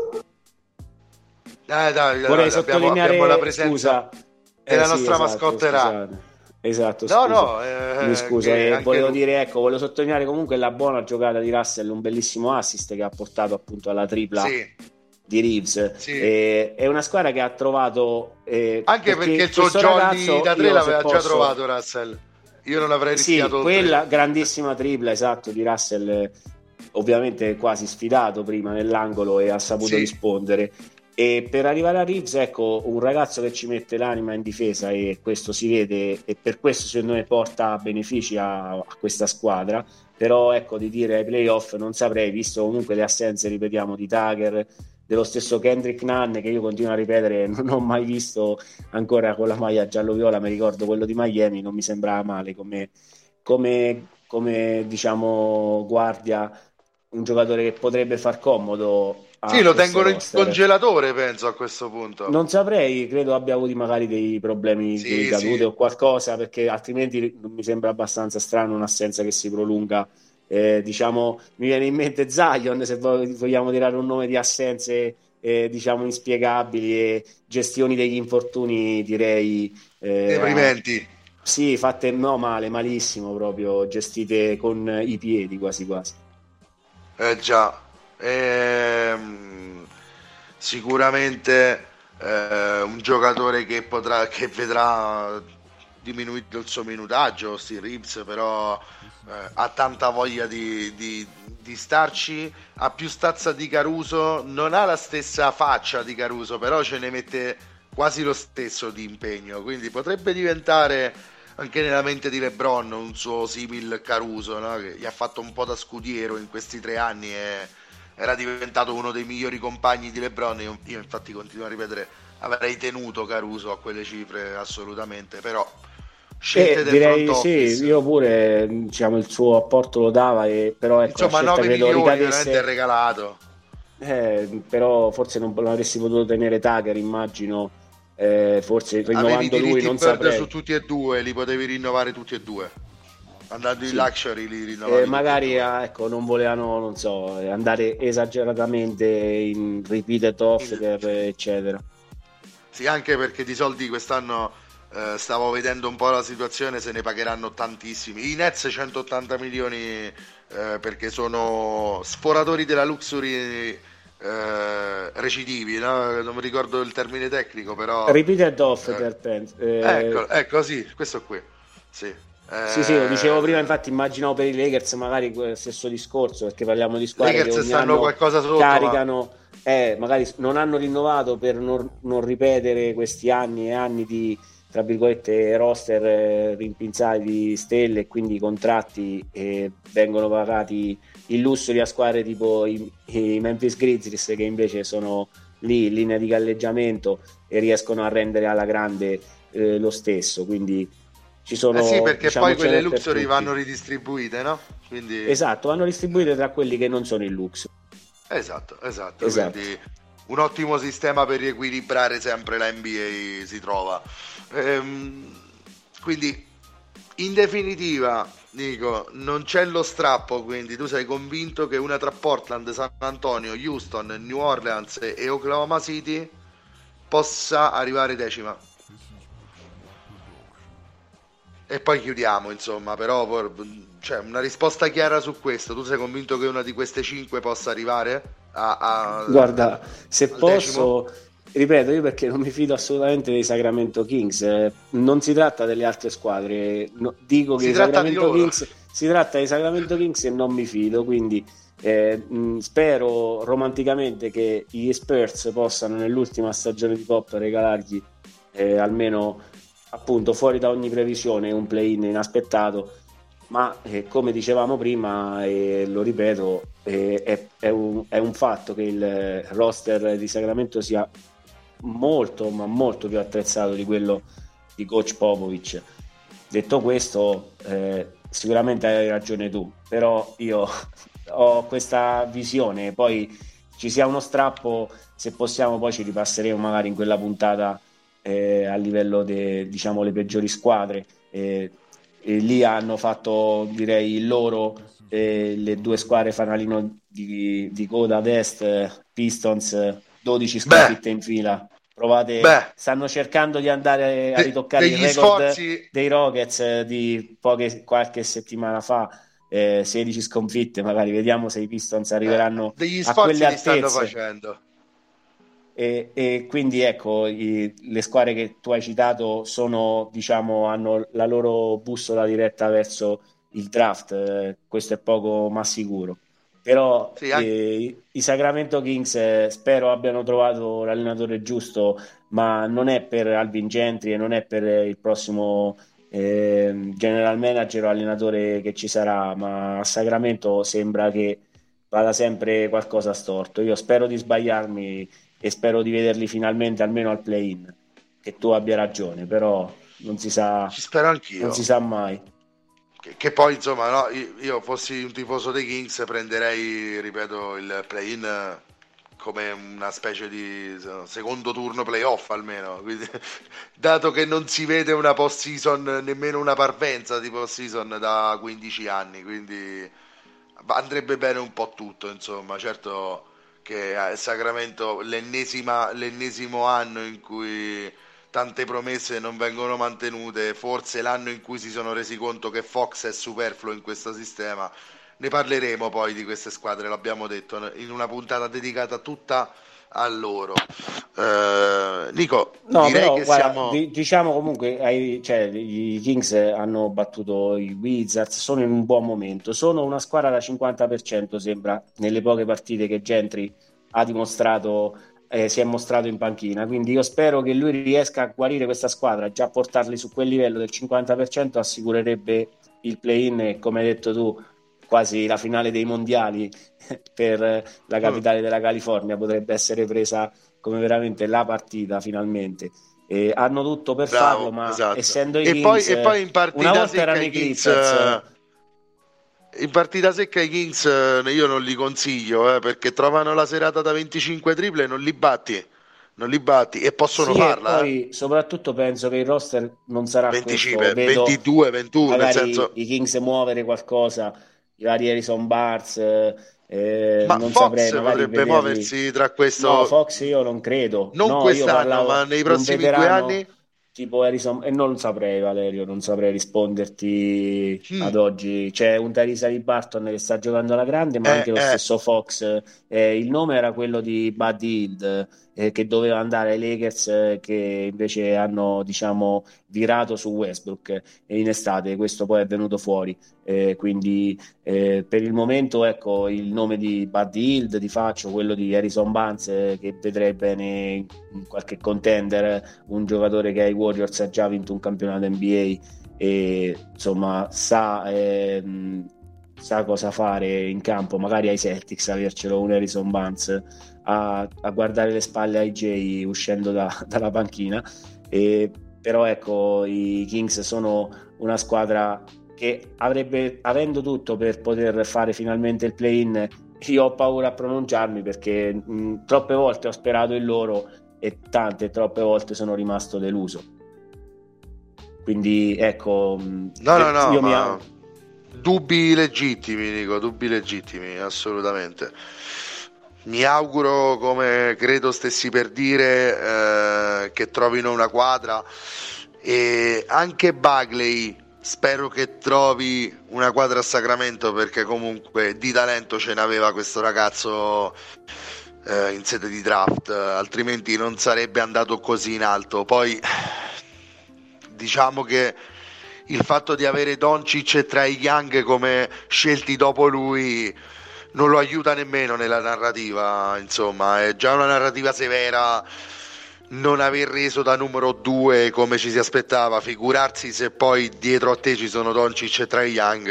sottolineare, abbiamo la presenza della nostra mascotte. Esatto, mi scuso, volevo dire, ecco, volevo sottolineare comunque la buona giocata di Russell, un bellissimo assist che ha portato appunto alla tripla di Reeves. È una squadra che ha trovato anche perché il suo Johnny da 3 l'aveva già trovato Russell, io non avrei rischiato quella grandissima tripla, esatto, di Russell, ovviamente quasi sfidato prima nell'angolo e ha saputo rispondere. E per arrivare a Reeves, ecco, un ragazzo che ci mette l'anima in difesa e questo si vede e per questo secondo me porta benefici a questa squadra, però ecco, di dire ai playoff non saprei, visto comunque le assenze, ripetiamo, di Tucker, dello stesso Kendrick Nunn, che io continuo a ripetere non ho mai visto ancora con la maglia giallo-viola, mi ricordo quello di Miami, non mi sembrava male come come diciamo guardia, un giocatore che potrebbe far comodo Sì, a lo questo tengono in roster. congelatore, penso, a questo punto. Non saprei, credo abbia avuto magari dei problemi di Sì, ricadute sì. o qualcosa, perché altrimenti mi sembra abbastanza strano un'assenza che si prolunga. Diciamo, mi viene in mente Zion, se vogliamo tirare un nome di assenze, diciamo, inspiegabili e gestioni degli infortuni, direi, Deprimenti. sì, fatte no male, malissimo proprio, gestite con i piedi quasi quasi. Già. Ehm, Sicuramente un giocatore che vedrà diminuito il suo minutaggio, Austin Reeves, però ha tanta voglia di starci, ha più stazza di Caruso, non ha la stessa faccia di Caruso, però ce ne mette quasi lo stesso di impegno, quindi potrebbe diventare anche nella mente di LeBron un suo simil Caruso, no? Che gli ha fatto un po' da scudiero in questi 3 anni e era diventato uno dei migliori compagni di LeBron. Io infatti continuo a ripetere, avrei tenuto Caruso a quelle cifre assolutamente, però scelte E del front direi sì, office. io pure, diciamo, il suo apporto lo dava, però ecco, la Insomma, scelta 9 credo milioni veramente ricadesse. regalato. Però forse non avresti potuto tenere Tucker, immagino, forse Avevi i rinnovando lui, diritti non bird su saprei. tutti e due, li potevi rinnovare tutti e due. Andando in Sì. luxury li rinnovavi tutti e Magari due. ecco, non volevano, non so, andare esageratamente in repeated Il- offer, eccetera. Sì, anche perché di soldi quest'anno stavo vedendo un po' la situazione, se ne pagheranno tantissimi. I Nets 180 milioni perché sono sforatori della luxury recidivi, no? Non mi ricordo il termine tecnico, però Repeated eh, offer, ecco, sì, questo qui. Sì. sì, sì, lo dicevo prima, infatti immaginavo per i Lakers magari lo stesso discorso, perché parliamo di squadre che Lakers ogni stanno anno qualcosa sotto, ma caricano, magari non hanno rinnovato per non ripetere questi anni e anni di, tra virgolette, roster rimpinzati di stelle e quindi i contratti vengono pagati in lusso a squadre tipo i Memphis Grizzlies che invece sono lì in linea di galleggiamento e riescono a rendere alla grande lo stesso, quindi ci eh sì, sono, perché diciamo, poi ce quelle n'è per luxury vanno tutti. ridistribuite, no? Quindi Esatto, vanno distribuite tra quelli che non sono in Lux. esatto, esatto, Esatto. quindi un ottimo sistema per riequilibrare sempre la NBA si trova. Ehm, quindi in definitiva, Nico, non c'è lo strappo, quindi tu sei convinto che una tra Portland, San Antonio, Houston, New Orleans e Oklahoma City possa arrivare decima. E poi chiudiamo, insomma, però cioè, una risposta chiara su questo. Tu sei convinto che una di queste cinque possa arrivare Guarda, se al decimo? posso, ripeto, io perché non mi fido assolutamente dei Sacramento Kings, non si tratta delle altre squadre, dico che Si i tratta di Sacramento loro. Kings, si tratta dei Sacramento Kings e non mi fido, quindi spero romanticamente che gli Spurs possano nell'ultima stagione di Pop regalargli almeno appunto fuori da ogni previsione un play-in inaspettato, ma come dicevamo prima, e lo ripeto, è un fatto che il roster di Sacramento sia molto, ma molto più attrezzato di quello di coach Popovic. Detto questo, sicuramente hai ragione tu, però io ho questa visione, poi ci sia uno strappo, se possiamo poi ci ripasseremo magari in quella puntata a livello di diciamo le peggiori squadre. E lì hanno fatto direi il loro le due squadre fanalino di coda ad est, Pistons, 12 Beh, sconfitte in fila. Provate, beh, stanno cercando di andare a ritoccare il degli record sforzi, dei Rockets di qualche settimana fa, 16 sconfitte, magari vediamo se i Pistons arriveranno degli a quelle sforzi li stanno altezze. facendo. E quindi ecco, le squadre che tu hai citato sono, diciamo, hanno la loro bussola diretta verso il draft, questo è poco ma sicuro. Però Sì, anche, i Sacramento Kings spero abbiano trovato l'allenatore giusto, ma non è per Alvin Gentry e non è per il prossimo general manager o allenatore che ci sarà, ma a Sacramento sembra che vada sempre qualcosa storto. Io spero di sbagliarmi e spero di vederli finalmente almeno al play-in. Che tu abbia ragione, però non si sa, ci spero non si anch'io. sa mai. che poi insomma, no, io fossi un tifoso dei Kings prenderei, ripeto, il play-in come una specie di secondo turno playoff almeno. Quindi, dato che non si vede una post-season, nemmeno una parvenza di post-season da 15 anni, quindi andrebbe bene un po' tutto, insomma. Certo che Sacramento l'ennesimo anno in cui tante promesse non vengono mantenute, forse l'anno in cui si sono resi conto che Fox è superfluo in questo sistema. Ne parleremo poi di queste squadre, l'abbiamo detto, in una puntata dedicata tutta a loro. Nico, No, direi però che guarda, siamo... diciamo comunque cioè, i Kings hanno battuto i Wizards, sono in un buon momento, sono una squadra da 50% sembra, nelle poche partite che Gentry ha dimostrato, si è mostrato in panchina, quindi io spero che lui riesca a guarire questa squadra, già portarli su quel livello del 50% assicurerebbe il play-in e come hai detto tu, quasi la finale dei mondiali per la Mm, capitale della California potrebbe essere presa come veramente la partita finalmente. Hanno tutto per farlo, bravo, ma esatto. essendo i E Kings, poi in una partita volta secca erano i i Kings... Clippers. in partita secca i Kings io non li consiglio perché trovano la serata da 25 triple e non li batti e possono Sì, e farla, poi soprattutto penso che il roster non sarà questo. 25, Vedo 22, 21, nel magari senso... i Kings muovere qualcosa, i vari Harrison Barnes, Ma non saprei, Fox magari potrebbe vederli. muoversi tra No, questo, Fox io non credo. non No, io quest'anno, ma parlavo nei di un prossimi 2 anni? veterano tipo Harrison e non saprei, Valerio, non saprei risponderti ad Mm, oggi. C'è un Tyrese Haliburton che sta giocando alla grande, ma anche lo eh. stesso Fox. Il nome era quello di Buddy Hield, che doveva andare ai Lakers, che invece hanno, diciamo, virato su Westbrook in estate. Questo poi è venuto fuori. Quindi per il momento, ecco, il nome di Buddy Hield ti faccio, quello di Harrison Barnes, che vedrei bene in qualche contender, un giocatore che ai Warriors ha già vinto un campionato NBA e insomma sa cosa fare in campo, magari ai Celtics avercelo un Harrison Barnes a guardare le spalle ai Jay uscendo dalla panchina. Però ecco, i Kings sono una squadra che avendo tutto per poter fare finalmente il play-in. Io ho paura a pronunciarmi perché troppe volte ho sperato in loro e tante troppe volte sono rimasto deluso. Quindi ecco, No, no, no, io mi ma dubbi legittimi, Nico, dubbi legittimi, assolutamente. Mi auguro, come credo stessi per dire, che trovino una quadra e anche Bagley spero che trovi una quadra a Sacramento perché comunque di talento ce n'aveva questo ragazzo in sede di draft, altrimenti non sarebbe andato così in alto. Poi diciamo che il fatto di avere Doncic e Trae Young come scelti dopo lui non lo aiuta nemmeno nella narrativa, insomma, è già una narrativa severa non aver reso da numero 2 come ci si aspettava, figurarsi se poi dietro a te ci sono Doncic e Trae Young.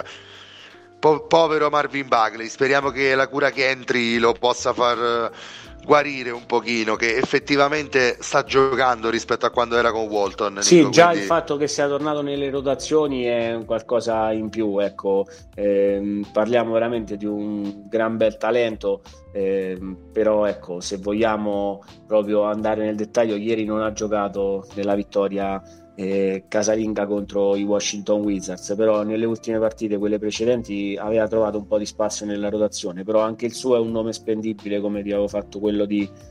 Povero Marvin Bagley, speriamo che la cura che entri lo possa far guarire un pochino, che effettivamente sta giocando rispetto a quando era con Walton, sì, Nico, già il quindi fatto che sia tornato nelle rotazioni è un qualcosa in più, ecco. Parliamo veramente di un gran bel talento, però ecco, se vogliamo proprio andare nel dettaglio, ieri non ha giocato nella vittoria casalinga contro i Washington Wizards, però nelle ultime partite, quelle precedenti, aveva trovato un po' di spazio nella rotazione, però anche il suo è un nome spendibile, come ti avevo fatto quello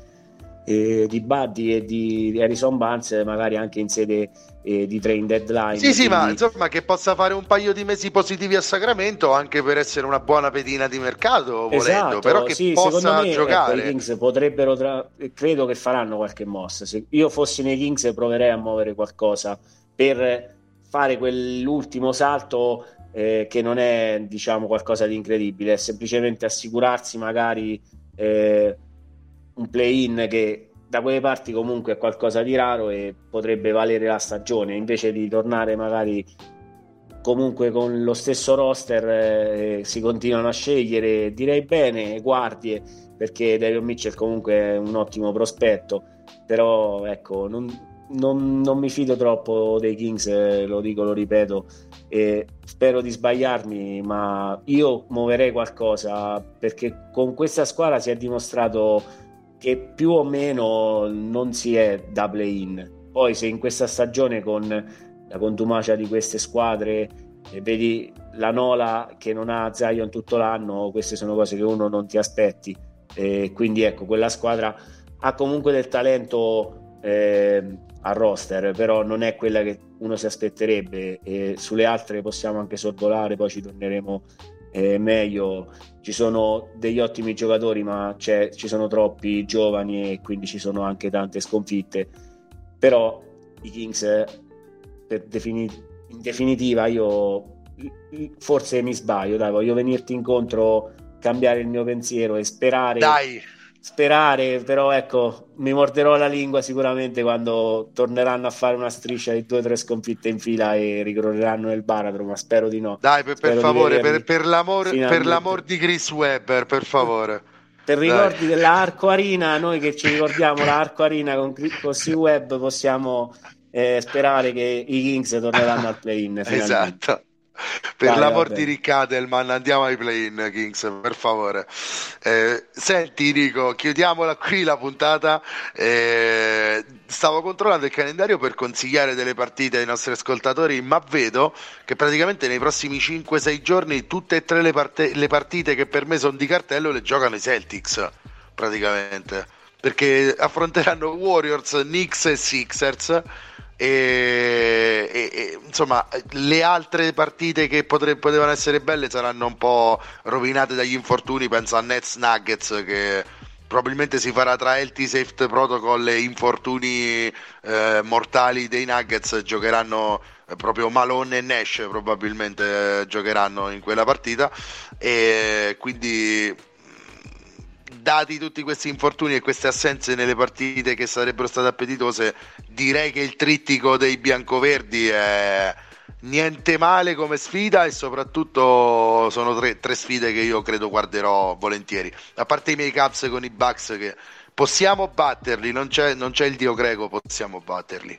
di Buddy e di Harrison Barnes, magari anche in sede di trade sì, deadline. sì, ma Quindi insomma che possa fare un paio di mesi positivi a Sacramento anche per essere una buona pedina di mercato, volendo, però esatto, che sì, secondo possa me ecco, i giocare. Kings potrebbero, credo che faranno qualche mossa. Se io fossi nei Kings proverei a muovere qualcosa per fare quell'ultimo salto, che non è, diciamo, qualcosa di incredibile, è semplicemente assicurarsi magari un play-in che da quelle parti comunque è qualcosa di raro e potrebbe valere la stagione, invece di tornare magari comunque con lo stesso roster. Si continuano a scegliere, direi bene, guardie, perché Davion Mitchell comunque è un ottimo prospetto, però ecco, non mi fido troppo dei Kings, lo dico, lo ripeto, e spero di sbagliarmi, ma io muoverei qualcosa, perché con questa squadra si è dimostrato che più o meno non si è da play-in. Poi se in questa stagione, con la contumacia di queste squadre, vedi la Nola che non ha Zion tutto l'anno, queste sono cose che uno non ti aspetti. Quindi ecco, quella squadra ha comunque del talento al roster, però non è quella che uno si aspetterebbe, e sulle altre possiamo anche sorvolare, poi ci torneremo meglio. Ci sono degli ottimi giocatori, ma ci sono troppi giovani e quindi ci sono anche tante sconfitte. Però i Kings, in definitiva, io forse mi sbaglio, dai, voglio venirti incontro, cambiare il mio pensiero e sperare, però ecco, mi morderò la lingua sicuramente quando torneranno a fare una striscia di 2 o 3 sconfitte in fila e ricorreranno nel baratro, ma spero di no. Dai, per Spero di favore, vederli per l'amor finalmente. di Chris Webber, per favore. Per Dai. ricordi della Arco Arena, noi che ci ricordiamo la Arco Arena con C-Web, possiamo sperare che i Kings torneranno al play-in finalmente. Esatto. Per Dai, va l'amor di bene. Rick Adelman, andiamo ai play-in, Kings, per favore. Senti, Nico, chiudiamola qui la puntata. Stavo controllando il calendario per consigliare delle partite ai nostri ascoltatori, ma vedo che praticamente nei prossimi 5-6 giorni tutte e tre le partite che per me sono di cartello le giocano i Celtics, praticamente. Perché affronteranno Warriors, Knicks e Sixers. Insomma, le altre partite che potevano essere belle saranno un po' rovinate dagli infortuni. Penso a Nets Nuggets, che probabilmente si farà tra Healthy Safety Protocol e infortuni mortali dei Nuggets. Giocheranno proprio Malone e Nash, probabilmente giocheranno in quella partita, e quindi, dati tutti questi infortuni e queste assenze nelle partite che sarebbero state appetitose, direi che il trittico dei biancoverdi è niente male come sfida, e soprattutto sono tre sfide che io credo guarderò volentieri, a parte i miei Cavs con i Bucks, che possiamo batterli, non c'è il dio greco, possiamo batterli.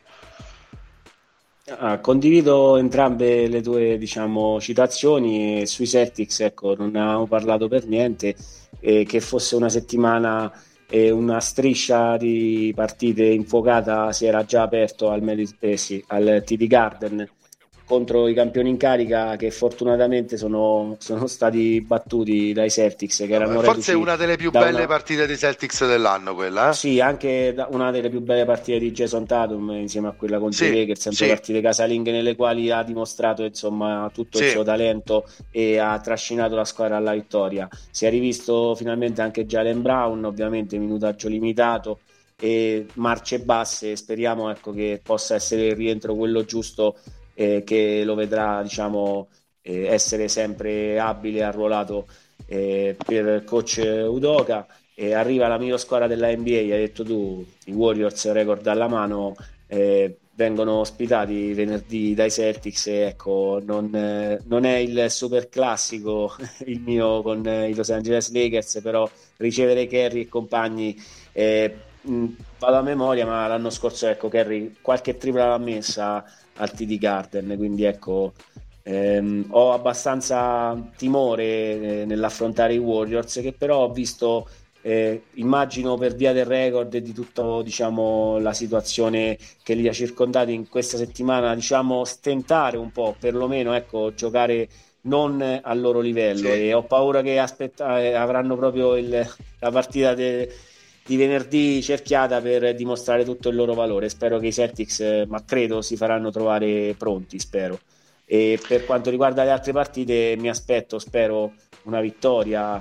Condivido entrambe le tue, diciamo, citazioni. E sui Celtics, ecco, non ne avevamo parlato per niente, che fosse una settimana e una striscia di partite infuocata si era già aperto al TD Garden contro i campioni in carica, che fortunatamente sono stati battuti dai Celtics, che erano Forse è reduci una delle più da belle una. partite dei Celtics dell'anno, quella, eh? Sì, anche una delle più belle partite di Jason Tatum, insieme a quella contro i Sì, Lakers, sempre sì, partite casalinghe nelle quali ha dimostrato, insomma, tutto il sì. suo talento e ha trascinato la squadra alla vittoria. Si è rivisto finalmente anche Jaylen Brown, ovviamente minutaggio limitato e marce basse. Speriamo, ecco, che possa essere il rientro quello giusto, che lo vedrà, diciamo, essere sempre abile e arruolato per coach Udoka. E arriva la miglior squadra della NBA, hai detto tu, i Warriors, record alla mano, vengono ospitati venerdì dai Celtics, e ecco, non è il super classico il mio con i Los Angeles Lakers, però ricevere Curry e compagni, vado a memoria, ma l'anno scorso, ecco, Curry qualche tripla l'ha messa al TD Garden, quindi ecco, ho abbastanza timore nell'affrontare i Warriors, che però ho visto, immagino per via del record e di tutta, diciamo, la situazione che li ha circondati in questa settimana, diciamo, stentare un po', perlomeno, ecco, giocare non al loro livello, Sì. e ho paura che avranno proprio la partita di venerdì cerchiata per dimostrare tutto il loro valore. Spero che i Celtics, ma credo si faranno trovare pronti, spero. E per quanto riguarda le altre partite, spero una vittoria,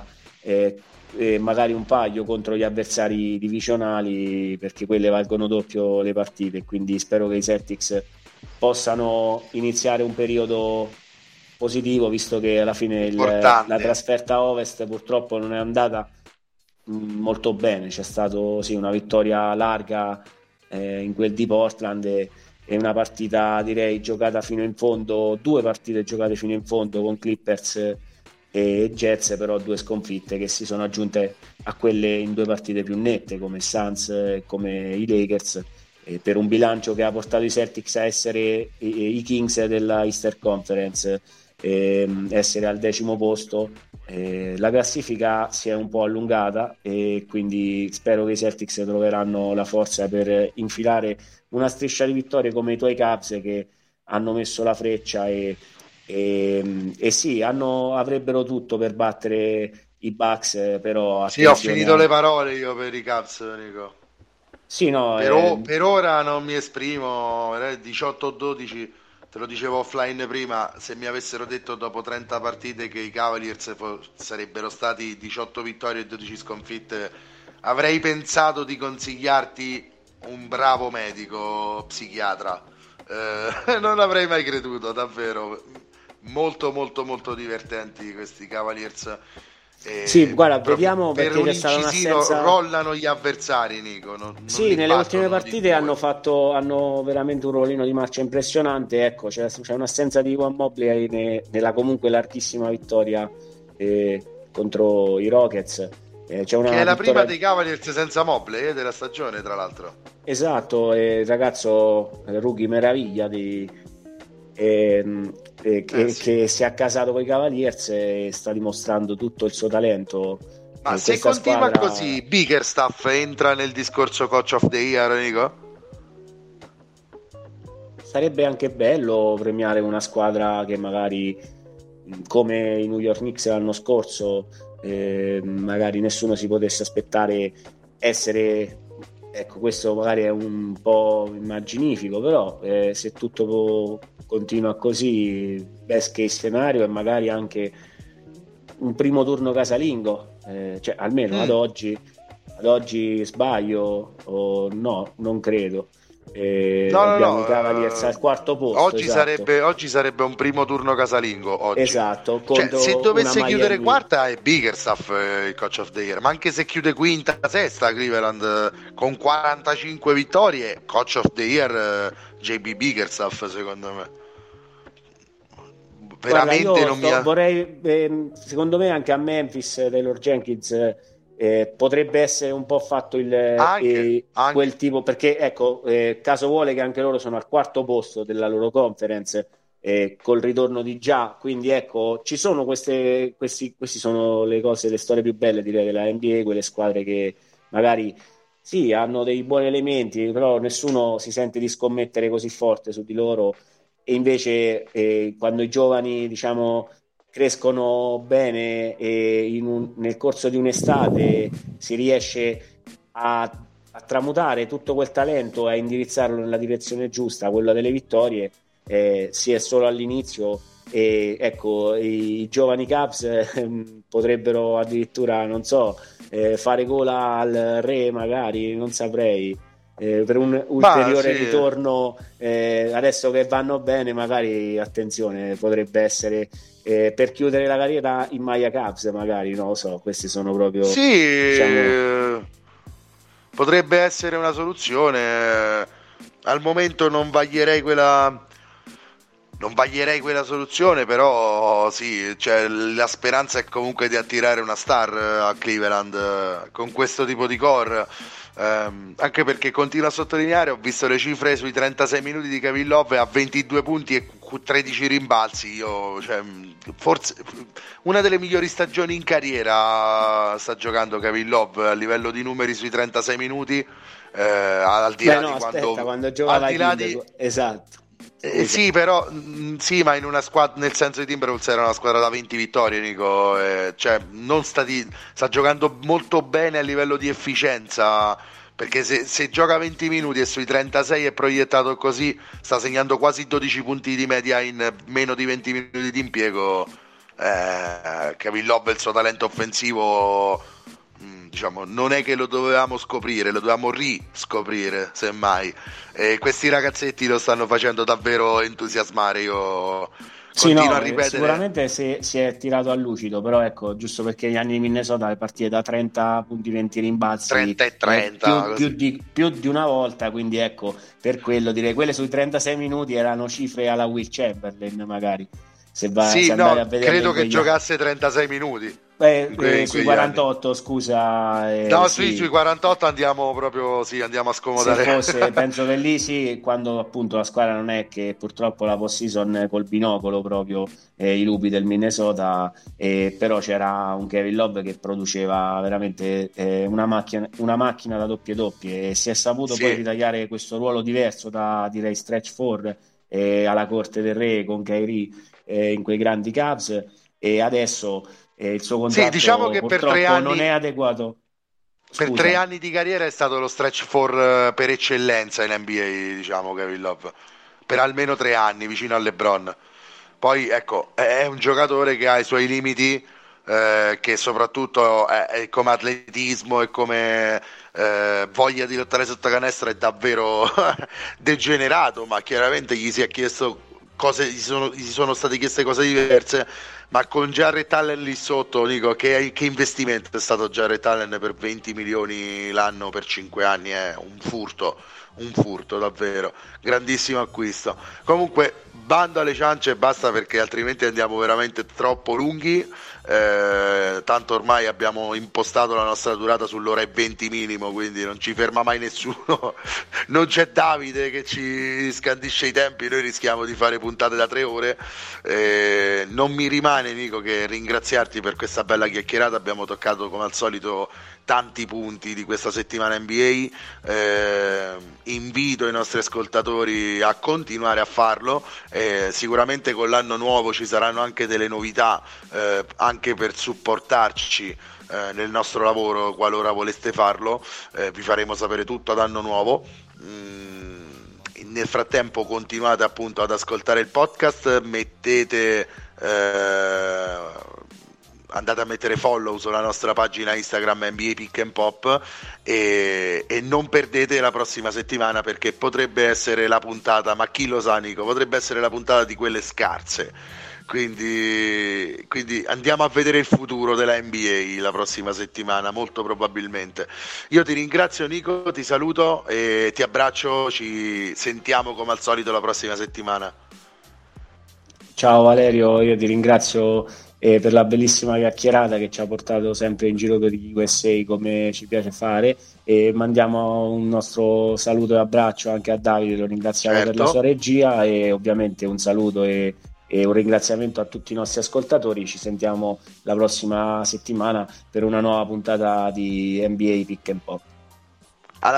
e magari un paio contro gli avversari divisionali, perché quelle valgono doppio le partite, quindi spero che i Celtics possano iniziare un periodo positivo, visto che alla fine la Importante. trasferta a Ovest purtroppo non è andata molto bene. C'è stato, sì, una vittoria larga in quel di Portland, e una partita, direi, giocata fino in fondo, 2 partite giocate fino in fondo con Clippers e Jets, però 2 sconfitte che si sono aggiunte a quelle in 2 partite più nette come Suns e come i Lakers, per un bilancio che ha portato i Celtics a essere i Kings della Eastern Conference, essere al 10° posto. La classifica si è un po' allungata e quindi spero che i Celtics troveranno la forza per infilare una striscia di vittorie come i tuoi Cavs, che hanno messo la freccia e sì, avrebbero tutto per battere i Bucks, però Sì, ho attenzione finito le parole io per i Cavs, Nico. Sì, no, Per ora non mi esprimo, 18-12, te lo dicevo offline prima, se mi avessero detto dopo 30 partite che i Cavaliers sarebbero stati 18 vittorie e 12 sconfitte, avrei pensato di consigliarti un bravo medico psichiatra. Non avrei mai creduto, davvero. Molto molto molto divertenti questi Cavaliers. sì, guarda, Proprio vediamo, per perché un c'è stata incisivo un'assenza. rollano gli avversari, Nico, non Sì, li nelle ultime battono di partite due. hanno veramente un ruolino di marcia impressionante. Ecco, c'è un'assenza di Juan Mobley nella comunque larghissima vittoria contro i Rockets. C'è Che una è la prima vittoria. dei Cavaliers senza Mobley della stagione, tra l'altro. Esatto, il ragazzo rookie meraviglia Sì. che si è accasato con i Cavaliers e sta dimostrando tutto il suo talento. Ma se Questa continua squadra così, Bickerstaff entra nel discorso Coach of the Year, Nico? sarebbe anche bello premiare una squadra che magari, come i New York Knicks l'anno scorso, magari nessuno si potesse aspettare essere. Ecco, questo magari è un po' immaginifico, però se tutto continua così, best case scenario e magari anche un primo turno casalingo, cioè almeno Mm. ad oggi sbaglio o no, non credo. No, no, Abbiamo i Cavaliers no. al 4° posto, esatto, Oggi sarebbe un primo turno casalingo. Oggi, esatto, cioè, se contro una dovesse chiudere Miami. quarta è Bickerstaff il Coach of the Year. Ma anche se chiude quinta, sesta, Cleveland con 45 vittorie, Coach of the Year JB Bickerstaff, secondo me. Guarda, Veramente non mi ha. vorrei, secondo me anche a Memphis Taylor Jenkins potrebbe essere un po' fatto Anche. quel tipo, perché ecco, caso vuole che anche loro sono al 4° posto della loro conference col ritorno di già, quindi ecco, ci sono questi sono le cose, le storie più belle direi della NBA, quelle squadre che magari sì, hanno dei buoni elementi, però nessuno si sente di scommettere così forte su di loro e invece quando i giovani, diciamo, crescono bene e nel corso di un'estate si riesce a tramutare tutto quel talento e a indirizzarlo nella direzione giusta, quella delle vittorie, si è solo all'inizio e ecco, i giovani Cavs potrebbero addirittura, non so, fare gola al re magari, non saprei. Per un Ma ulteriore sì. ritorno, adesso che vanno bene, magari attenzione, potrebbe essere per chiudere la carriera in Maya Cavs, magari non lo so. Questi sono proprio, Sì, diciamo, potrebbe essere una soluzione. Al momento non vaglierei quella soluzione, però sì, cioè, la speranza è comunque di attirare una star a Cleveland con questo tipo di core. Anche perché continuo a sottolineare, ho visto le cifre sui 36 minuti di Kevin Love a 22 punti e 13 rimbalzi. Cioè, forse una delle migliori stagioni in carriera sta giocando Kevin Love a livello di numeri sui 36 minuti. Al di beh là no, di aspetta, quando, quando al giocava ai di là di Timberwolves, esatto, scusa. sì, però sì, ma in una squadra, nel senso di Timberwolves era una squadra da 20 vittorie, Nico, cioè sta giocando molto bene a livello di efficienza, perché se gioca 20 minuti e sui 36 è proiettato così, sta segnando quasi 12 punti di media in meno di 20 minuti di impiego. Kevin Love, il suo talento offensivo, diciamo, non è che lo dovevamo scoprire, lo dovevamo riscoprire, semmai. E questi ragazzetti lo stanno facendo davvero entusiasmare. Io Sì, continuo a no, ripetere. sicuramente si è tirato a lucido, però ecco, giusto perché gli anni di Minnesota le partite da 30 punti, 20 rimbalzi 30 e 30 così. più di una volta, quindi ecco, per quello direi, quelle sui 36 minuti erano cifre alla Will Chamberlain magari. se Sì, andare a no, vederlo credo in che quegli giocasse 36 minuti in sui quegli anni. 48, scusa, No, sì, sì. sui 48 andiamo proprio, sì, andiamo a Se scomodare. fosse, penso che lì sì, quando appunto la squadra non è che purtroppo la post-season col binocolo proprio i lupi del Minnesota, però c'era un Kevin Love che produceva veramente una macchina da doppie doppie e si è saputo poi Sì, ritagliare questo ruolo diverso da direi stretch four alla corte del re con Kyrie in quei grandi Cavs e adesso il suo sì, diciamo contratto che purtroppo non è adeguato. per tre Scusa. anni di carriera è stato lo stretch four per eccellenza in NBA, diciamo, Kevin Love. Per almeno 3 anni, vicino a LeBron. Poi, ecco, è un giocatore che ha i suoi limiti, che soprattutto è come atletismo e come voglia di lottare sotto canestro è davvero degenerato, ma chiaramente gli si è chiesto cose, gli sono state chieste cose diverse, ma con Jarrett Allen lì sotto, Nico, che investimento è stato Jarrett Allen per 20 milioni l'anno per 5 anni? È un furto davvero, grandissimo acquisto. Comunque, bando alle ciance e basta perché altrimenti andiamo veramente troppo lunghi. Tanto ormai abbiamo impostato la nostra durata sull'ora e 20 minimo, quindi non ci ferma mai nessuno. Non c'è Davide che ci scandisce i tempi, noi rischiamo di fare puntate da 3 ore. Non mi rimane, Nico, che ringraziarti per questa bella chiacchierata. Abbiamo toccato come al solito tanti punti di questa settimana NBA. Invito i nostri ascoltatori a continuare a farlo. Sicuramente con l'anno nuovo ci saranno anche delle novità, anche per supportarci nel nostro lavoro qualora voleste farlo. Vi faremo sapere tutto ad anno nuovo. Nel frattempo continuate appunto ad ascoltare il podcast, andate a mettere follow sulla nostra pagina Instagram NBA Pick and Pop e non perdete la prossima settimana perché potrebbe essere la puntata, ma chi lo sa Nico, potrebbe essere la puntata di quelle scarse. Quindi andiamo a vedere il futuro della NBA la prossima settimana, molto probabilmente. Io ti ringrazio Nico, ti saluto e ti abbraccio, ci sentiamo come al solito la prossima settimana. Ciao Valerio, io ti ringrazio per la bellissima chiacchierata che ci ha portato sempre in giro per gli USA come ci piace fare e mandiamo un nostro saluto e abbraccio anche a Davide, lo ringraziamo per la sua Certo. regia e ovviamente un saluto e un ringraziamento a tutti i nostri ascoltatori. Ci sentiamo la prossima settimana per una nuova puntata di NBA Pick and Pop.